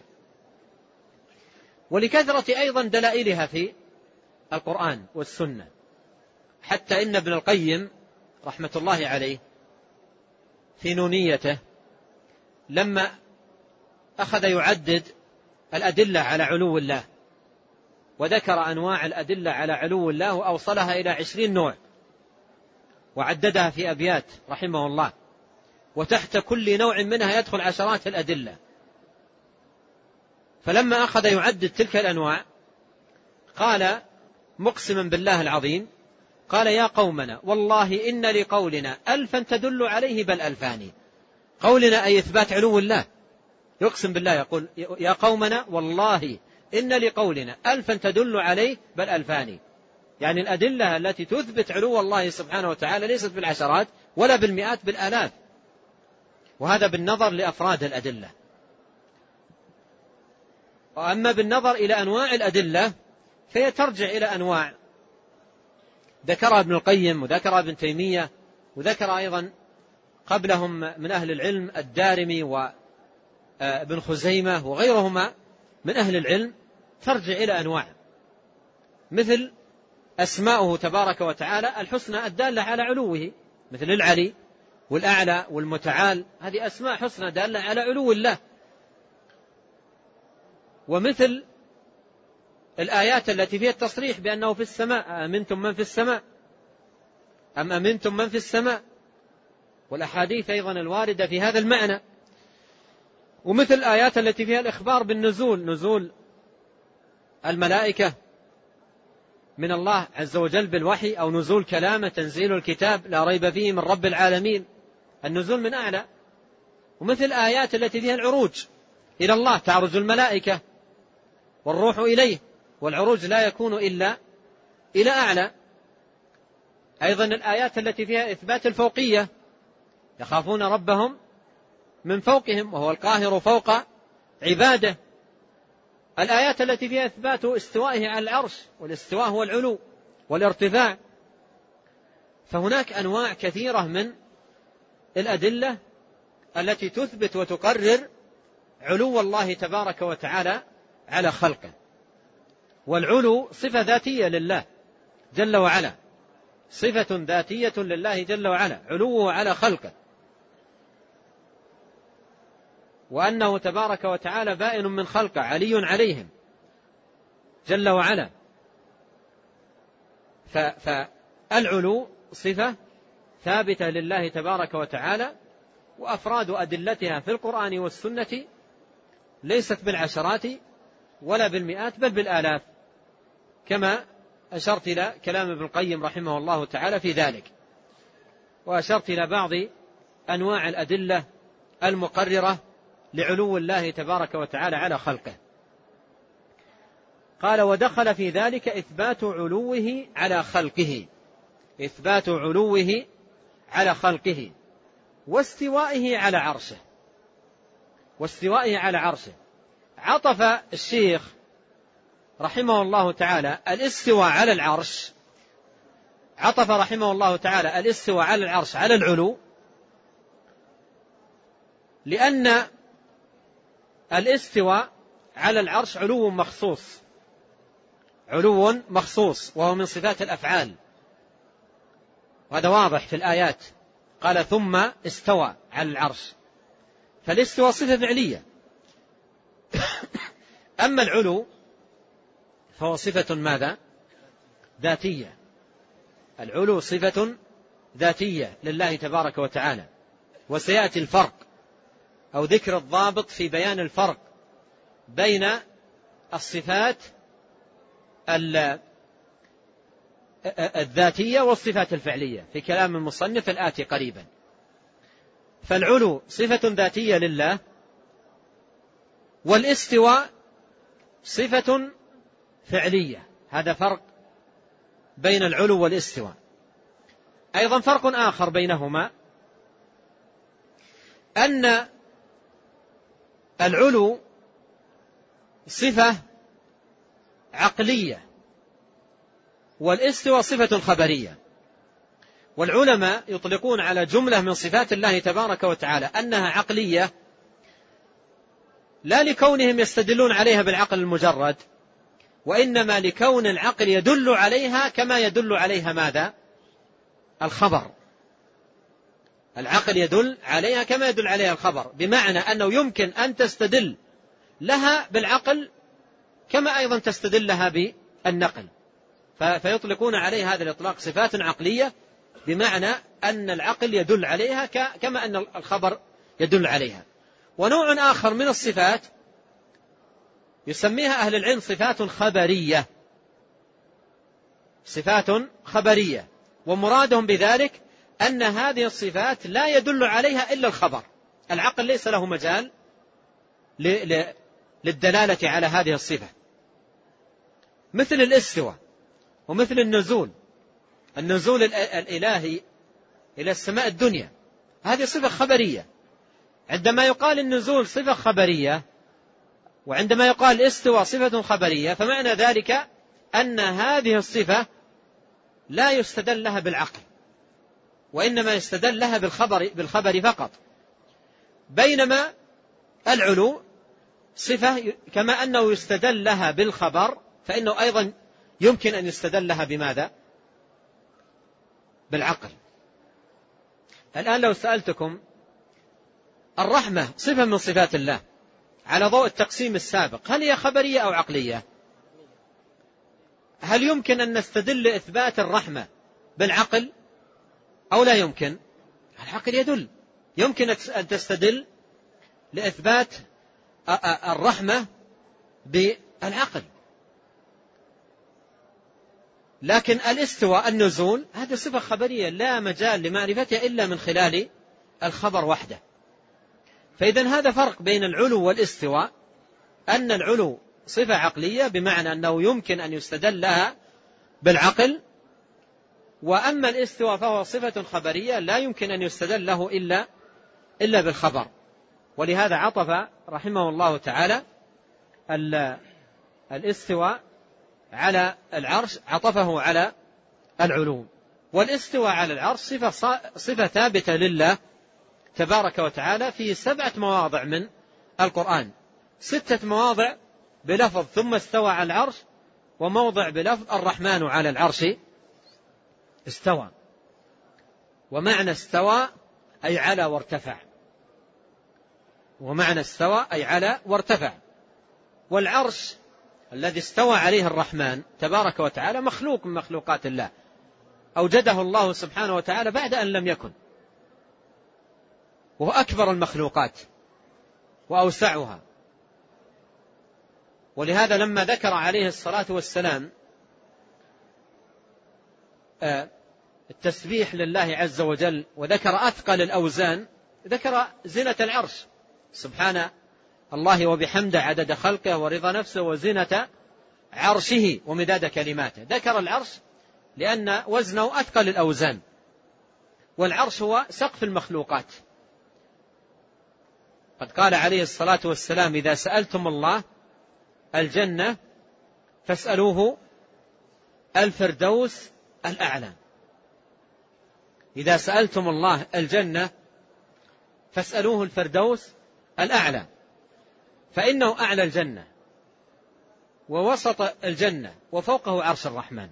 ولكثرة أيضا دلائلها في القرآن والسنة، حتى إن ابن القيم رحمة الله عليه في نونيته لما أخذ يعدد الأدلة على علو الله وذكر أنواع الأدلة على علو الله وأوصلها إلى 20 نوع وعددها في أبيات رحمه الله، وتحت كل نوع منها يدخل عشرات الأدلة، فلما أخذ يعدد تلك الأنواع قال مقسما بالله العظيم، قال: يا قومنا والله إن لقولنا 1000 تدل عليه بل 2000. قولنا أي إثبات علو الله، يقسم بالله يقول: يا قومنا والله إن لقولنا 1000 تدل عليه بل 2000، يعني الأدلة التي تثبت علو الله سبحانه وتعالى ليست بالعشرات ولا بالمئات، بالآلاف، وهذا بالنظر لأفراد الأدلة. وأما بالنظر إلى أنواع الأدلة فهي ترجع إلى أنواع ذكرها ابن القيم وذكرها ابن تيمية وذكر أيضا قبلهم من أهل العلم الدارمي وابن خزيمة وغيرهما من أهل العلم، ترجع إلى أنواع مثل أسماؤه تبارك وتعالى الحسنى الدالة على علوه، مثل العلي والأعلى والمتعال، هذه أسماء حسنى دالة على علو الله. ومثل الآيات التي فيها التصريح بأنه في السماء، أمنتم من في السماء أم أمنتم من في السماء، والأحاديث أيضا الواردة في هذا المعنى. ومثل الآيات التي فيها الإخبار بالنزول، نزول الملائكة من الله عز وجل بالوحي، أو نزول كلامه تنزيل الكتاب لا ريب فيه من رب العالمين، النزول من أعلى. ومثل الآيات التي فيها العروج إلى الله، تعرج الملائكة والروح إليه، والعروج لا يكون إلا إلى أعلى. أيضا الآيات التي فيها إثبات الفوقية، يخافون ربهم من فوقهم وهو القاهر فوق عباده. الآيات التي فيها إثبات استوائه على العرش، والاستواء هو العلو والارتفاع. فهناك أنواع كثيرة من الأدلة التي تثبت وتقرر علو الله تبارك وتعالى على خلقه. والعلو صفة ذاتية لله جل وعلا، صفة ذاتية لله جل وعلا، علوه على خلقه. وأنه تبارك وتعالى بائن من خلقه علي عليهم جل وعلا. فالعلو صفة ثابتة لله تبارك وتعالى، وأفراد أدلتها في القرآن والسنة ليست بالعشرات ولا بالمئات بل بالآلاف، كما أشرت إلى كلام ابن القيم رحمه الله تعالى في ذلك، وأشرت إلى بعض أنواع الأدلة المقررة لعلو الله تبارك وتعالى على خلقه. قال: ودخل في ذلك إثبات علوه على خلقه، إثبات علوه على خلقه واستوائه على عرشه، واستوائه على عرشه. عطف الشيخ رحمه الله تعالى الاستواء على العرش، عطف رحمه الله تعالى الاستواء على العرش على العلو، لأن الاستواء على العرش علو مخصوص، علو مخصوص، وهو من صفات الأفعال، وهذا واضح في الآيات. قال: ثم استوى على العرش، فالاستواء صفة فعلية. أما العلو فهو صفة ماذا؟ ذاتية. العلو صفة ذاتية لله تبارك وتعالى، وسيأتي الفرق أو ذكر الضابط في بيان الفرق بين الصفات الذاتية والصفات الفعلية في كلام المصنف الآتي قريبا. فالعلو صفة ذاتية لله، والاستواء صفة فعلية. هذا فرق بين العلو والاستواء. أيضا فرق آخر بينهما أن العلو صفة عقلية والاستواء صفة خبرية. والعلماء يطلقون على جملة من صفات الله تبارك وتعالى أنها عقلية، لا لكونهم يستدلون عليها بالعقل المجرد، وإنما لكون العقل يدل عليها كما يدل عليها ماذا؟ الخبر. العقل يدل عليها كما يدل عليها الخبر، بمعنى أنه يمكن أن تستدل لها بالعقل كما أيضا تستدل لها بالنقل، فيطلقون عليه هذا الإطلاق صفات عقلية، بمعنى أن العقل يدل عليها كما أن الخبر يدل عليها. ونوع آخر من الصفات يسميها أهل العلم صفات خبرية، صفات خبرية، ومرادهم بذلك أن هذه الصفات لا يدل عليها إلا الخبر، العقل ليس له مجال للدلالة على هذه الصفة، مثل الاستواء ومثل النزول الإلهي إلى السماء الدنيا، هذه صفة خبرية. عندما يقال النزول صفة خبرية وعندما يقال الاستواء صفة خبرية، فمعنى ذلك أن هذه الصفة لا يستدل لها بالعقل، وإنما يستدل لها بالخبر فقط. بينما العلو صفة كما أنه يستدل لها بالخبر، فإنه أيضا يمكن أن يستدل لها بماذا؟ بالعقل. الآن لو سألتكم الرحمة صفة من صفات الله على ضوء التقسيم السابق، هل هي خبرية أو عقلية؟ هل يمكن أن نستدل لإثبات الرحمة بالعقل أو لا يمكن؟ العقل يدل، يمكن أن تستدل لإثبات الرحمة بالعقل. لكن الاستواء النزول هذه صفة خبرية لا مجال لمعرفتها إلا من خلال الخبر وحده. فإذن هذا فرق بين العلو والاستواء، أن العلو صفة عقلية بمعنى أنه يمكن أن يستدل لها بالعقل، وأما الاستواء فهو صفة خبرية لا يمكن أن يستدل له إلا بالخبر. ولهذا عطف رحمه الله تعالى الاستواء على العرش، عطفه على العلو. والاستواء على العرش صفة ثابتة لله تبارك وتعالى في 7 مواضع من القرآن، 6 مواضع بلفظ ثم استوى على العرش، وموضع بلفظ الرحمن على العرش استوى. ومعنى استوى أي على وارتفع، ومعنى استوى أي على وارتفع. والعرش الذي استوى عليه الرحمن تبارك وتعالى مخلوق من مخلوقات الله، أوجده الله سبحانه وتعالى بعد أن لم يكن، وهو أكبر المخلوقات وأوسعها. ولهذا لما ذكر عليه الصلاة والسلام التسبيح لله عز وجل وذكر أثقل الأوزان، ذكر زينة العرش سبحان الله وبحمده عدد خلقه ورضا نفسه وزينة عرشه ومداد كلماته. ذكر العرش لأن وزنه أثقل الأوزان، والعرش هو سقف المخلوقات. قد قال عليه الصلاة والسلام: إذا سألتم الله الجنة فاسألوه الفردوس الأعلى. إذا سألتم الله الجنة فاسألوه الفردوس الأعلى، فإنه أعلى الجنة ووسط الجنة وفوقه عرش الرحمن.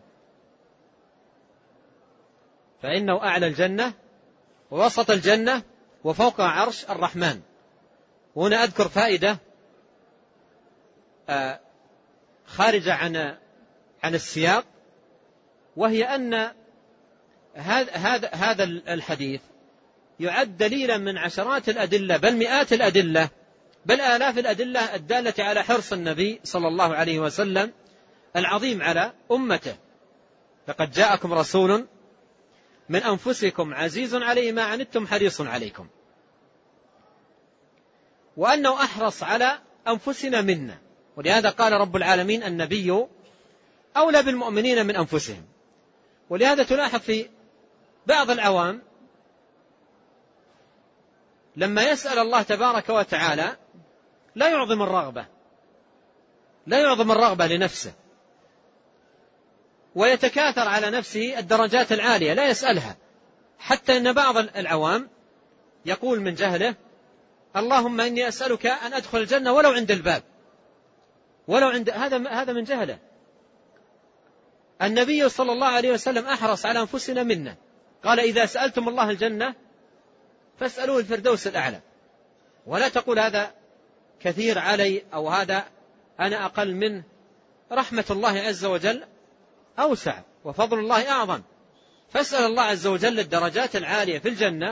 فإنه أعلى الجنة ووسط الجنة وفوقه عرش الرحمن. وهنا أذكر فائدة خارجة عن السياق، وهي أن هذا الحديث يعد دليلا من عشرات الأدلة بل مئات الأدلة بل آلاف الأدلة الدالة على حرص النبي صلى الله عليه وسلم العظيم على أمته. لقد جاءكم رسول من أنفسكم عزيز عليه ما عنتم حريص عليكم، وأنه أحرص على أنفسنا منا. ولهذا قال رب العالمين: النبي أولى بالمؤمنين من أنفسهم. ولهذا تلاحظ في بعض العوام لما يسأل الله تبارك وتعالى لا يعظم الرغبة لنفسه، ويتكاثر على نفسه الدرجات العالية لا يسألها، حتى أن بعض العوام يقول من جهله: اللهم إني أسألك أن أدخل الجنة ولو عند الباب، ولو عند هذا من جهله. النبي صلى الله عليه وسلم أحرص على أنفسنا منا، قال: إذا سألتم الله الجنة فاسألوه الفردوس الأعلى. ولا تقول هذا كثير علي أو هذا أنا أقل منه. رحمة الله عز وجل أوسع وفضل الله أعظم، فاسأل الله عز وجل الدرجات العالية في الجنة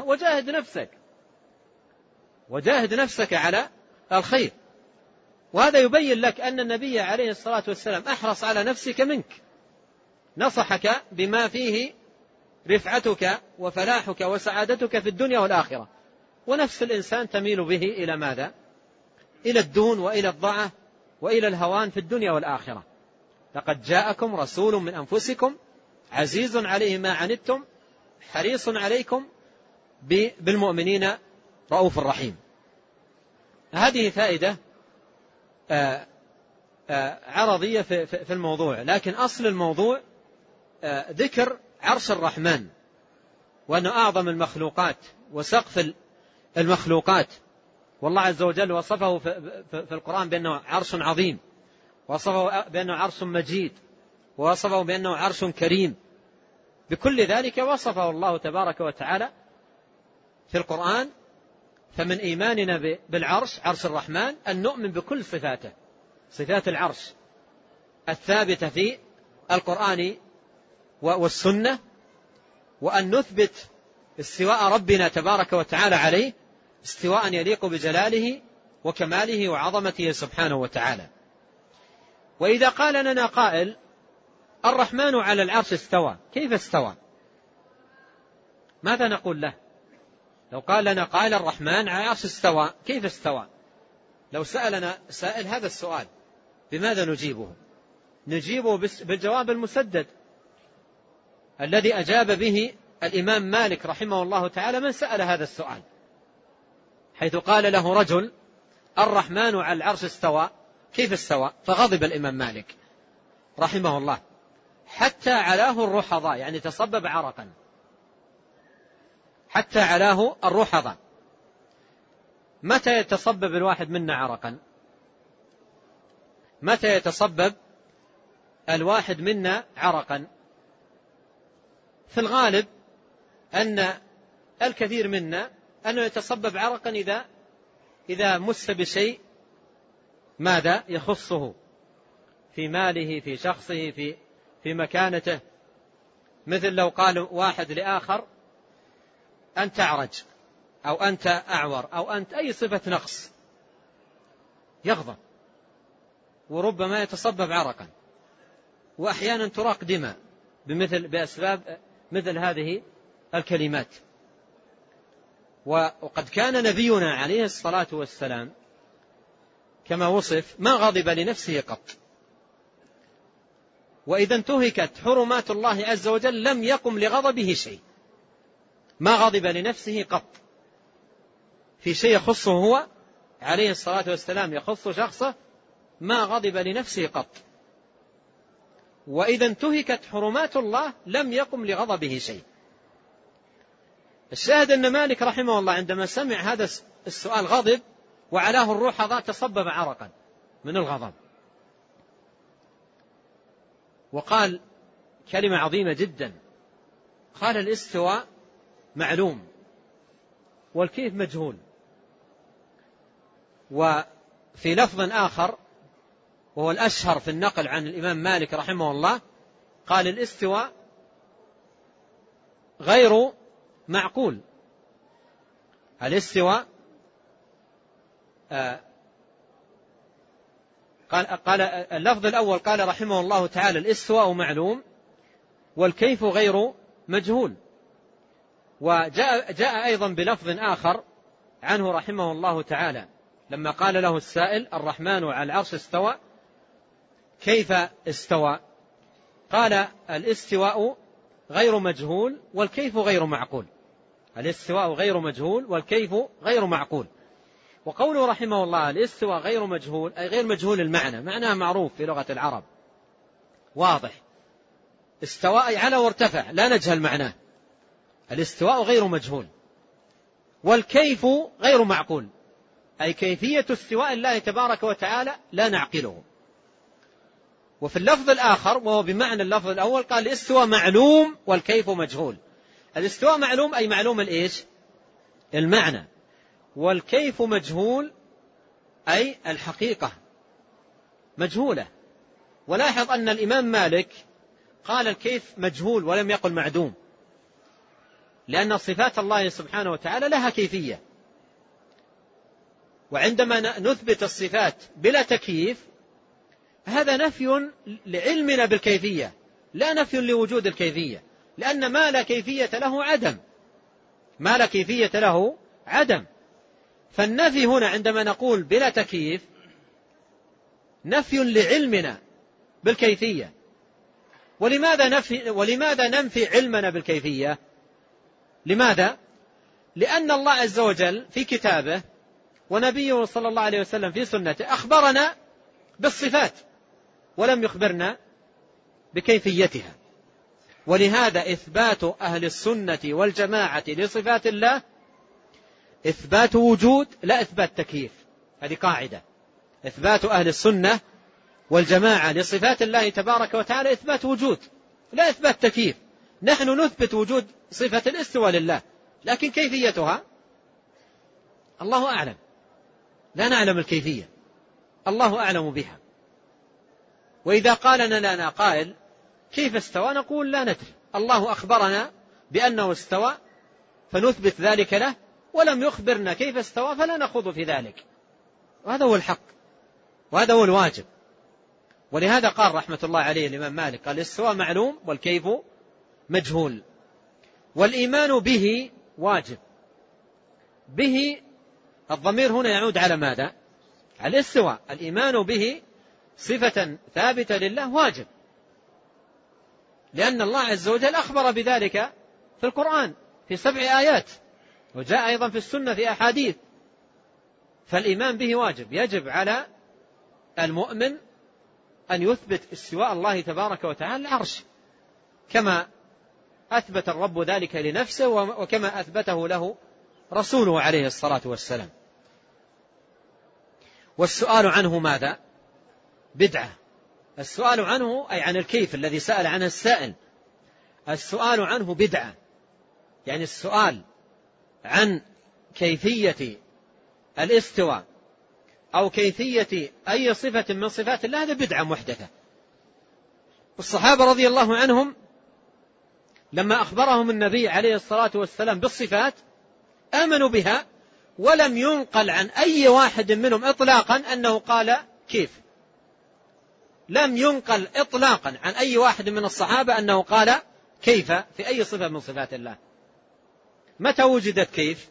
وجاهد نفسك على الخير. وهذا يبين لك أن النبي عليه الصلاة والسلام أحرص على نفسك منك، نصحك بما فيه رفعتك وفلاحك وسعادتك في الدنيا والآخرة. ونفس الإنسان تميل به إلى ماذا؟ إلى الدون وإلى الضعف وإلى الهوان في الدنيا والآخرة. لقد جاءكم رسول من أنفسكم عزيز عليه ما عنتم حريص عليكم بالمؤمنين رؤوف رحيم. هذه فائدة عرضية في الموضوع، لكن أصل الموضوع ذكر عرش الرحمن، وأنه أعظم المخلوقات وسقف المخلوقات. والله عز وجل وصفه في القرآن بأنه عرش عظيم، وصفه بأنه عرش مجيد، ووصفه بأنه عرش كريم. بكل ذلك وصفه الله تبارك وتعالى في القرآن. فمن إيماننا بالعرش، عرش الرحمن، أن نؤمن بكل صفاته، صفات العرش الثابتة في القرآن والسنة، وأن نثبت استواء ربنا تبارك وتعالى عليه استواء يليق بجلاله وكماله وعظمته سبحانه وتعالى. وإذا قال لنا قائل: الرحمن على العرش استوى، كيف استوى؟ ماذا نقول له؟ لو قال لنا قائل: الرحمن على العرش استوى، كيف استوى؟ لو سألنا سائل هذا السؤال بماذا نجيبه؟ نجيبه بالجواب المسدد الذي أجاب به الإمام مالك رحمه الله تعالى من سأل هذا السؤال، حيث قال له رجل: الرحمن على العرش استوى، كيف استوى؟ فغضب الإمام مالك رحمه الله حتى علاه الرحضاء، يعني تصبب عرقا، حتى علاه الرحضاء. متى يتصبب الواحد منا عرقا؟ متى يتصبب الواحد منا عرقا؟ في الغالب أن الكثير منا أنه يتصبب عرقا إذا إذا مس بشيء ماذا يخصه في ماله، في شخصه، في مكانته. مثل لو قال واحد لآخر أنت أعرج أو أنت أعور أو أنت أي صفة نقص، يغضب وربما يتصبب عرقا، وأحيانا تراق دماء بأسباب مثل هذه الكلمات. وقد كان نبينا عليه الصلاة والسلام كما وصف ما غضب لنفسه قط، وإذا انتهكت حرمات الله عز وجل لم يقم لغضبه شيء، ما غضب لنفسه قط في شيء يخصه هو عليه الصلاة والسلام، يخص شخصه، ما غضب لنفسه قط. وإذا انتهكت حرمات الله لم يقم لغضبه شيء. الشاهد أن مالك رحمه الله عندما سمع هذا السؤال غضب وعلاه الروح تصبب عرقا من الغضب، وقال كلمة عظيمة جدا، قال الاستواء معلوم والكيف مجهول. وفي لفظ آخر وهو الأشهر في النقل عن الإمام مالك رحمه الله قال الاستواء غير معقول. الاستواء قال اللفظ الأول قال رحمه الله تعالى الاستواء معلوم والكيف غير مجهول. وجاء أيضا بلفظ آخر عنه رحمه الله تعالى لما قال له السائل الرحمن على العرش استوى كيف استوى، قال الاستواء غير مجهول والكيف غير معقول. الاستواء غير مجهول والكيف غير معقول. وقوله رحمه الله الاستواء غير مجهول أي غير مجهول المعنى، معناه معروف في لغة العرب واضح، استواء أي على وارتفع لا نجهل معناه، الاستواء غير مجهول. والكيف غير معقول أي كيفية استواء الله تبارك وتعالى لا نعقله. وفي اللفظ الآخر وهو بمعنى اللفظ الأول قال الاستواء معلوم والكيف مجهول. الاستواء معلوم أي معلوم الإيش؟ المعنى. والكيف مجهول أي الحقيقة مجهولة. ولاحظ أن الإمام مالك قال الكيف مجهول ولم يقل معدوم، لأن صفات الله سبحانه وتعالى لها كيفية، وعندما نثبت الصفات بلا تكييف هذا نفي لعلمنا بالكيفية لا نفي لوجود الكيفية، لأن ما لا كيفية له عدم، ما لا كيفية له عدم. فالنفي هنا عندما نقول بلا تكييف نفي لعلمنا بالكيفية. ولماذا ننفي علمنا بالكيفية؟ لماذا؟ لأن الله عز وجل في كتابه ونبيه صلى الله عليه وسلم في سنته أخبرنا بالصفات ولم يخبرنا بكيفيتها. ولهذا إثبات أهل السنة والجماعة لصفات الله إثبات وجود لا إثبات تكييف. هذه قاعدة، إثبات أهل السنة والجماعة لصفات الله تبارك وتعالى إثبات وجود لا إثبات تكييف. نحن نثبت وجود صفة الاستواء لله، لكن كيفيتها الله أعلم، لا نعلم الكيفية، الله أعلم بها. وإذا قال لنا قائل كيف استوى نقول لا ندري، الله أخبرنا بأنه استوى فنثبت ذلك له، ولم يخبرنا كيف استوى فلا نخوض في ذلك. وهذا هو الحق وهذا هو الواجب. ولهذا قال رحمة الله عليه الإمام مالك قال الاستواء معلوم والكيف مجهول والإيمان به واجب. به الضمير هنا يعود على ماذا؟ على الاستواء. الإيمان به صفة ثابتة لله واجب، لأن الله عز وجل أخبر بذلك في القرآن في 7 آيات، وجاء أيضا في السنة في أحاديث. فالإيمان به واجب، يجب على المؤمن أن يثبت استواء الله تبارك وتعالى العرش كما أثبت الرب ذلك لنفسه وكما أثبته له رسوله عليه الصلاة والسلام. والسؤال عنه ماذا؟ بدعة. السؤال عنه أي عن الكيف الذي سأل عنه السائل، السؤال عنه بدعة، يعني السؤال عن كيفية الاستواء أو كيفية أي صفة من صفات الله هذا بدعة محدثة. الصحابة رضي الله عنهم لما أخبرهم النبي عليه الصلاة والسلام بالصفات آمنوا بها، ولم ينقل عن أي واحد منهم إطلاقا أنه قال كيف. لم ينقل إطلاقا عن أي واحد من الصحابة أنه قال كيف في أي صفة من صفات الله. متى وجدت كيف؟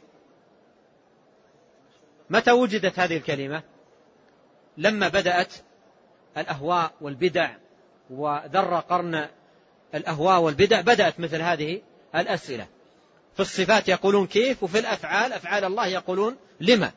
متى وجدت هذه الكلمة؟ لما بدأت الأهواء والبدع وذر قرن الأهواء والبدع بدأت مثل هذه الأسئلة. في الصفات يقولون كيف، وفي الأفعال أفعال الله يقولون لما.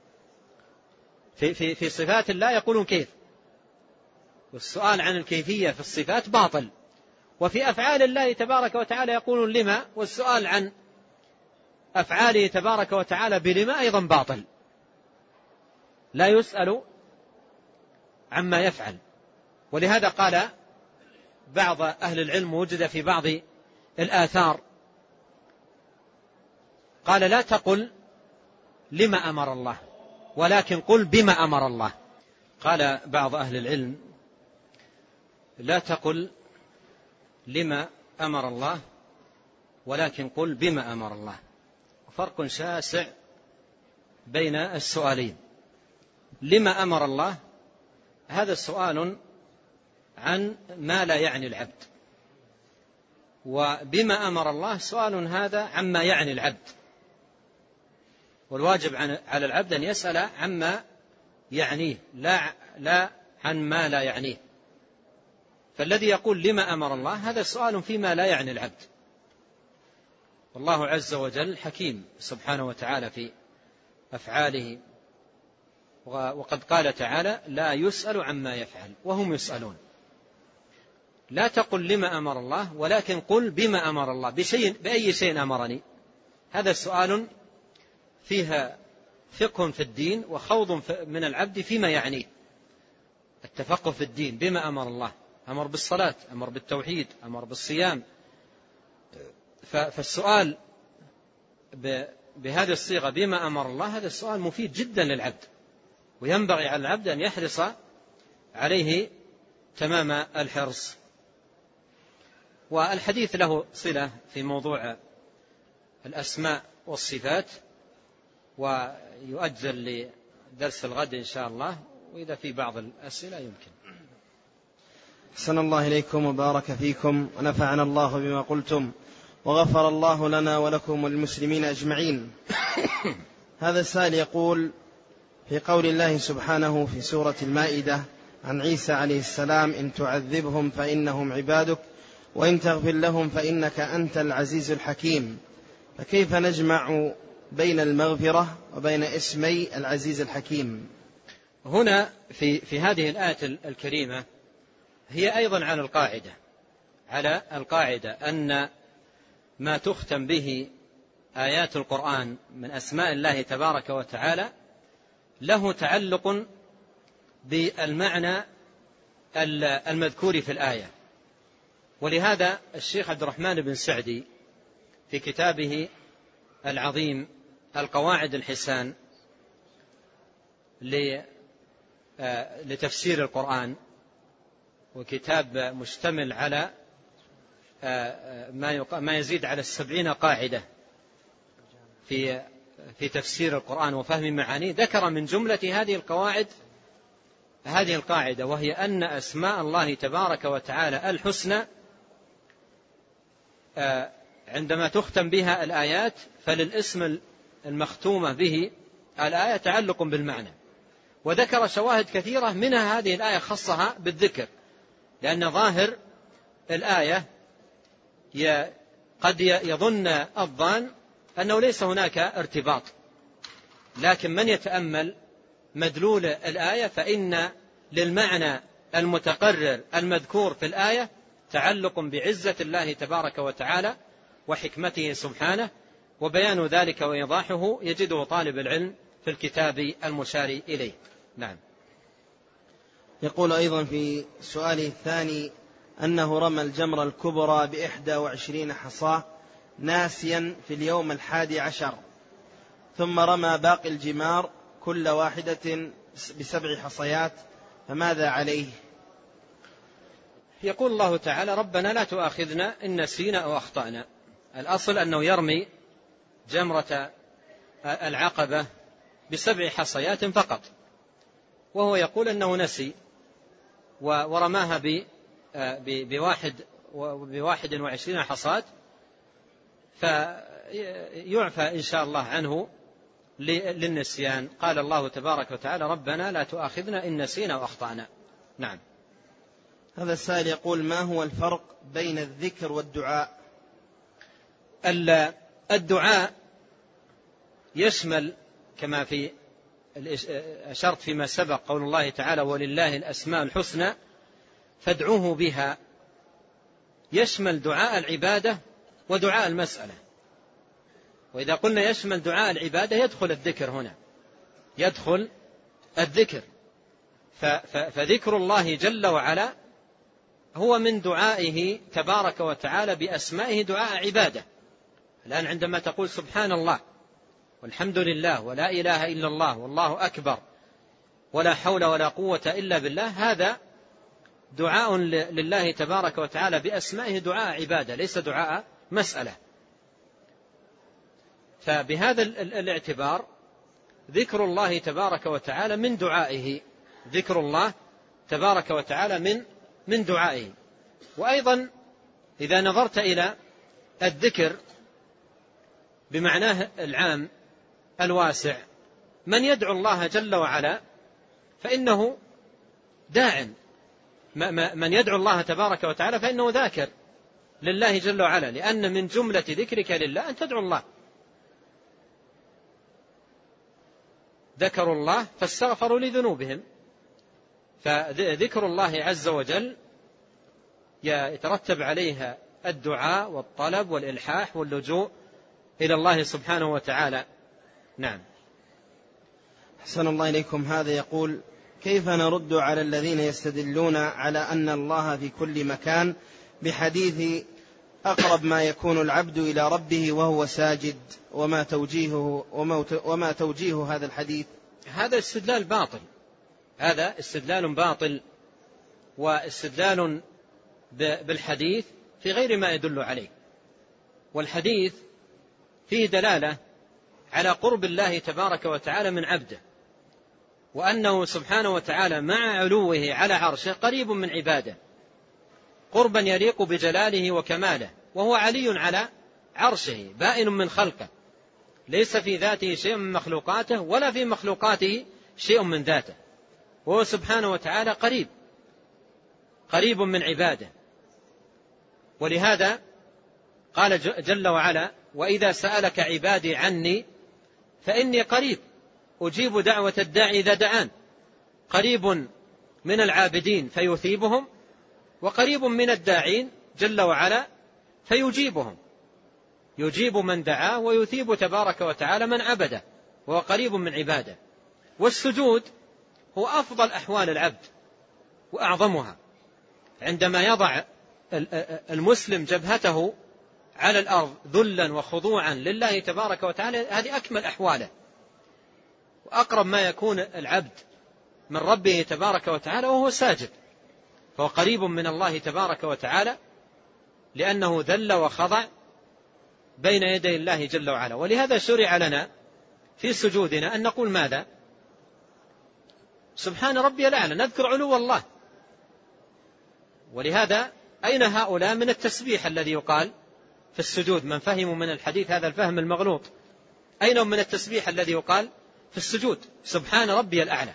في صفات الله يقولون كيف، والسؤال عن الكيفية في الصفات باطل. وفي أفعال الله تبارك وتعالى يقولون لما، والسؤال عن أفعاله تبارك وتعالى بلما أيضا باطل. لا يسأل عما يفعل. ولهذا قال بعض أهل العلم، وجد في بعض الآثار، قال لا تقل لما أمر الله ولكن قل بما أمر الله. قال بعض أهل العلم لا تقل لما أمر الله ولكن قل بما أمر الله. فرق شاسع بين السؤالين. لما أمر الله هذا سؤال عن ما لا يعني العبد، وبما أمر الله سؤال هذا عما يعني العبد. والواجب على العبد أن يسأل عما يعنيه لا عن ما لا يعنيه. فالذي يقول لما أمر الله هذا سؤال فيما لا يعني العبد. والله عز وجل حكيم سبحانه وتعالى في أفعاله، وقد قال تعالى لا يسأل عما يفعل وهم يسألون. لا تقل لما أمر الله ولكن قل بما أمر الله، بأي شيء أمرني. هذا سؤال فيها فقه في الدين وخوض من العبد فيما يعنيه. التفقه في الدين بما أمر الله، أمر بالصلاة، أمر بالتوحيد، أمر بالصيام. فالسؤال بهذه الصيغة بما أمر الله هذا السؤال مفيد جدا للعبد، وينبغي على العبد أن يحرص عليه تمام الحرص. والحديث له صلة في موضوع الأسماء والصفات، ويؤجل لدرس الغد إن شاء الله، وإذا في بعض الأسئلة يمكن. أحسن الله إليكم وبارك فيكم ونفعنا الله بما قلتم، وغفر الله لنا ولكم والمسلمين أجمعين. هذا السائل يقول في قول الله سبحانه في سورة المائدة عن عيسى عليه السلام إن تعذبهم فإنهم عبادك وإن تغفر لهم فإنك أنت العزيز الحكيم، فكيف نجمع بين المغفرة وبين اسمي العزيز الحكيم؟ هنا في هذه الآية الكريمة هي أيضا على القاعدة أن ما تختم به آيات القرآن من أسماء الله تبارك وتعالى له تعلق بالمعنى المذكور في الآية. ولهذا الشيخ عبد الرحمن بن سعدي في كتابه العظيم القواعد الحسان لتفسير القرآن، وكتاب مشتمل على ما يزيد على 70 قاعدة في تفسير القرآن وفهم معانيه، ذكر من جملة هذه القاعدة، وهي أن أسماء الله تبارك وتعالى الحسنى عندما تختم بها الآيات فللاسم المختومة به الآية تعلق بالمعنى. وذكر شواهد كثيرة منها هذه الآية خصها بالذكر، لأن ظاهر الآية قد يظن الظان أنه ليس هناك ارتباط، لكن من يتأمل مدلول الآية فإن للمعنى المتقرر المذكور في الآية تعلق بعزة الله تبارك وتعالى وحكمته سبحانه، وبيان ذلك وإيضاحه يجده طالب العلم في الكتاب المشار إليه. نعم. يقول أيضا في سؤاله الثاني أنه رمى الجمرة الكبرى ب21 حصاة ناسيا في اليوم 11، ثم رمى باقي الجمار كل واحدة ب7 حصيات، فماذا عليه؟ يقول الله تعالى: ربنا لا تؤاخذنا إن نسينا أو أخطأنا. الأصل أنه يرمي جمرة العقبة ب7 حصيات فقط، وهو يقول أنه نسي ورماها ب21 حصاة، فيعفى إن شاء الله عنه للنسيان. قال الله تبارك وتعالى: ربنا لا تؤاخذنا إن نسينا وأخطأنا. نعم. هذا السائل يقول: ما هو الفرق بين الذكر والدعاء؟ الدعاء يشمل كما في أشرت فيما سبق قول الله تعالى: ولله الأسماء الحسنى فادعوه بها، يشمل دعاء العبادة ودعاء المسألة. وإذا قلنا يشمل دعاء العبادة يدخل الذكر هنا، يدخل الذكر، فذكر الله جل وعلا هو من دعائه تبارك وتعالى بأسمائه دعاء عبادة. الآن عندما تقول سبحان الله والحمد لله ولا إله إلا الله والله أكبر ولا حول ولا قوة إلا بالله، هذا دعاء لله تبارك وتعالى بأسمائه دعاء عبادة، ليس دعاء مسألة. فبهذا الاعتبار ذكر الله تبارك وتعالى من دعائه، ذكر الله تبارك وتعالى من دعائه. وأيضا إذا نظرت إلى الذكر بمعناه العام الواسع، من يدعو الله جل وعلا فإنه داع، من يدعو الله تبارك وتعالى فإنه ذاكر لله جل وعلا، لأن من جملة ذكرك لله أن تدعو الله. ذكروا الله فاستغفروا لذنوبهم، فذكر الله عز وجل يترتب عليها الدعاء والطلب والإلحاح واللجوء إلى الله سبحانه وتعالى. نعم. أحسن الله إليكم. هذا يقول: كيف نرد على الذين يستدلون على أن الله في كل مكان بحديث أقرب ما يكون العبد إلى ربه وهو ساجد، وما توجيه هذا الحديث؟ هذا استدلال باطل، هذا استدلال باطل، واستدلال بالحديث في غير ما يدل عليه. والحديث فيه دلالة على قرب الله تبارك وتعالى من عبده، وأنه سبحانه وتعالى مع علوه على عرشه قريب من عباده قربا يليق بجلاله وكماله، وهو علي على عرشه بائن من خلقه، ليس في ذاته شيء من مخلوقاته ولا في مخلوقاته شيء من ذاته، وهو سبحانه وتعالى قريب من عباده. ولهذا قال جل وعلا: وإذا سألك عبادي عني فإني قريب أجيب دعوة الداعي إذا دعان، قريب من العابدين فيثيبهم، وقريب من الداعين جل وعلا فيجيبهم، يجيب من دعاه ويثيب تبارك وتعالى من عبده، وهو قريب من عباده. والسجود هو أفضل أحوال العبد وأعظمها، عندما يضع المسلم جبهته على الأرض ذلا وخضوعا لله تبارك وتعالى، هذه أكمل أحواله، وأقرب ما يكون العبد من ربه تبارك وتعالى وهو ساجد، فهو قريب من الله تبارك وتعالى لأنه ذل وخضع بين يدي الله جل وعلا. ولهذا شرع لنا في سجودنا أن نقول ماذا؟ سبحان ربي الأعلى، نذكر علو الله. ولهذا أين هؤلاء من التسبيح الذي يقال في السجود؟ من فهموا من الحديث هذا الفهم المغلوط، أين هم من التسبيح الذي يقال في السجود؟ سبحان ربي الأعلى.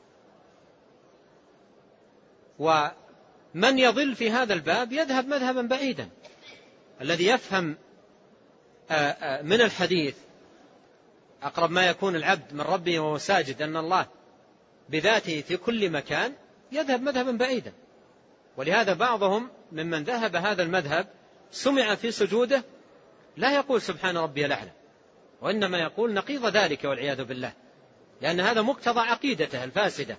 ومن يضل في هذا الباب يذهب مذهبا بعيدا. الذي يفهم من الحديث أقرب ما يكون العبد من ربه وهو ساجد أن الله بذاته في كل مكان، يذهب مذهبا بعيدا. ولهذا بعضهم ممن ذهب هذا المذهب سمع في سجوده لا يقول سبحان ربي الأعلى، وإنما يقول نقيض ذلك والعياذ بالله، لأن هذا مقتضى عقيدته الفاسدة.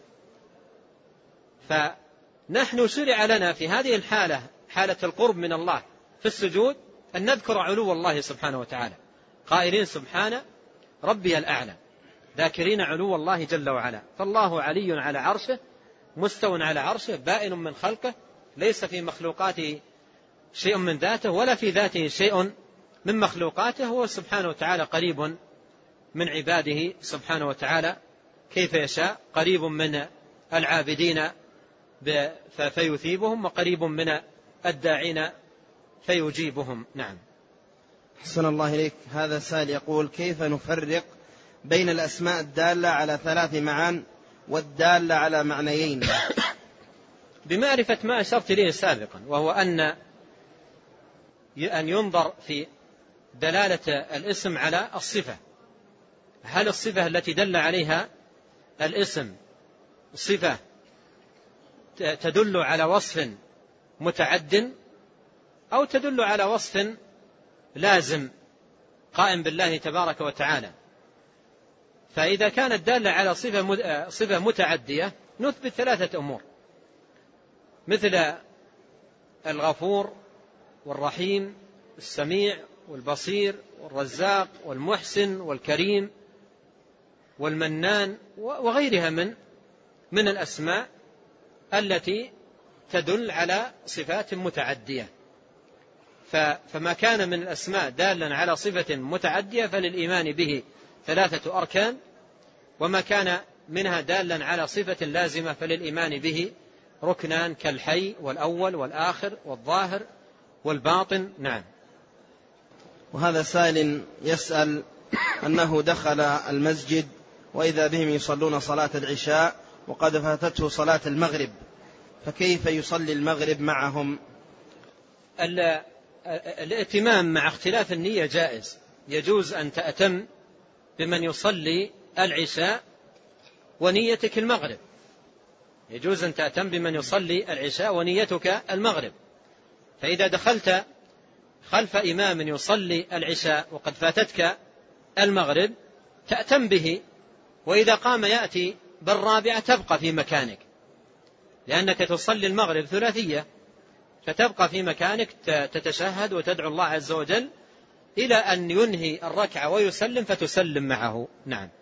فنحن شرع لنا في هذه الحالة، حالة القرب من الله في السجود، أن نذكر علو الله سبحانه وتعالى قائلين سبحان ربي الأعلى. ذاكرين علو الله جل وعلا. فالله علي على عرشه، مستو على عرشه، بائن من خلقه، ليس في مخلوقاته شيء من ذاته ولا في ذاته شيء من مخلوقاته. هو سبحانه وتعالى قريب من عباده سبحانه وتعالى كيف يشاء، قريب من العابدين فيثيبهم، وقريب من الداعين فيجيبهم. نعم. أحسن الله إليك. هذا سائل يقول: كيف نفرق بين الأسماء الدالة على 3 معان والدالة على معنيين؟ بمعرفة ما أشرت إليه سابقا، وهو أن ينظر في دلالة الاسم على الصفة. هل الصفة التي دل عليها الاسم صفة تدل على وصف متعد، أو تدل على وصف لازم قائم بالله تبارك وتعالى؟ فإذا كانت دالة على صفة متعدية نثبت 3 أمور، مثل الغفور والرحيم، السميع والبصير، والرزاق والمحسن والكريم والمنان، وغيرها من الأسماء التي تدل على صفات متعدية. فما كان من الأسماء دالا على صفة متعدية فللإيمان به 3 أركان، وما كان منها دالا على صفة لازمة فللإيمان به ركنان، كالحي والأول والآخر والظاهر والباطن. نعم. وهذا سائل يسأل أنه دخل المسجد وإذا بهم يصلون صلاة العشاء وقد فاتته صلاة المغرب، فكيف يصلي المغرب معهم؟ الائتمام مع اختلاف النية جائز، يجوز أن تأتم بمن يصلي العشاء ونيتك المغرب، يجوز أن تأتم بمن يصلي العشاء ونيتك المغرب. فإذا دخلت خلف إمام يصلي العشاء وقد فاتتك المغرب تأتم به، وإذا قام يأتي بالرابعة تبقى في مكانك، لأنك تصلي المغرب ثلاثية، فتبقى في مكانك تتشهد وتدعو الله عز وجل إلى أن ينهي الركعة ويسلم فتسلم معه. نعم.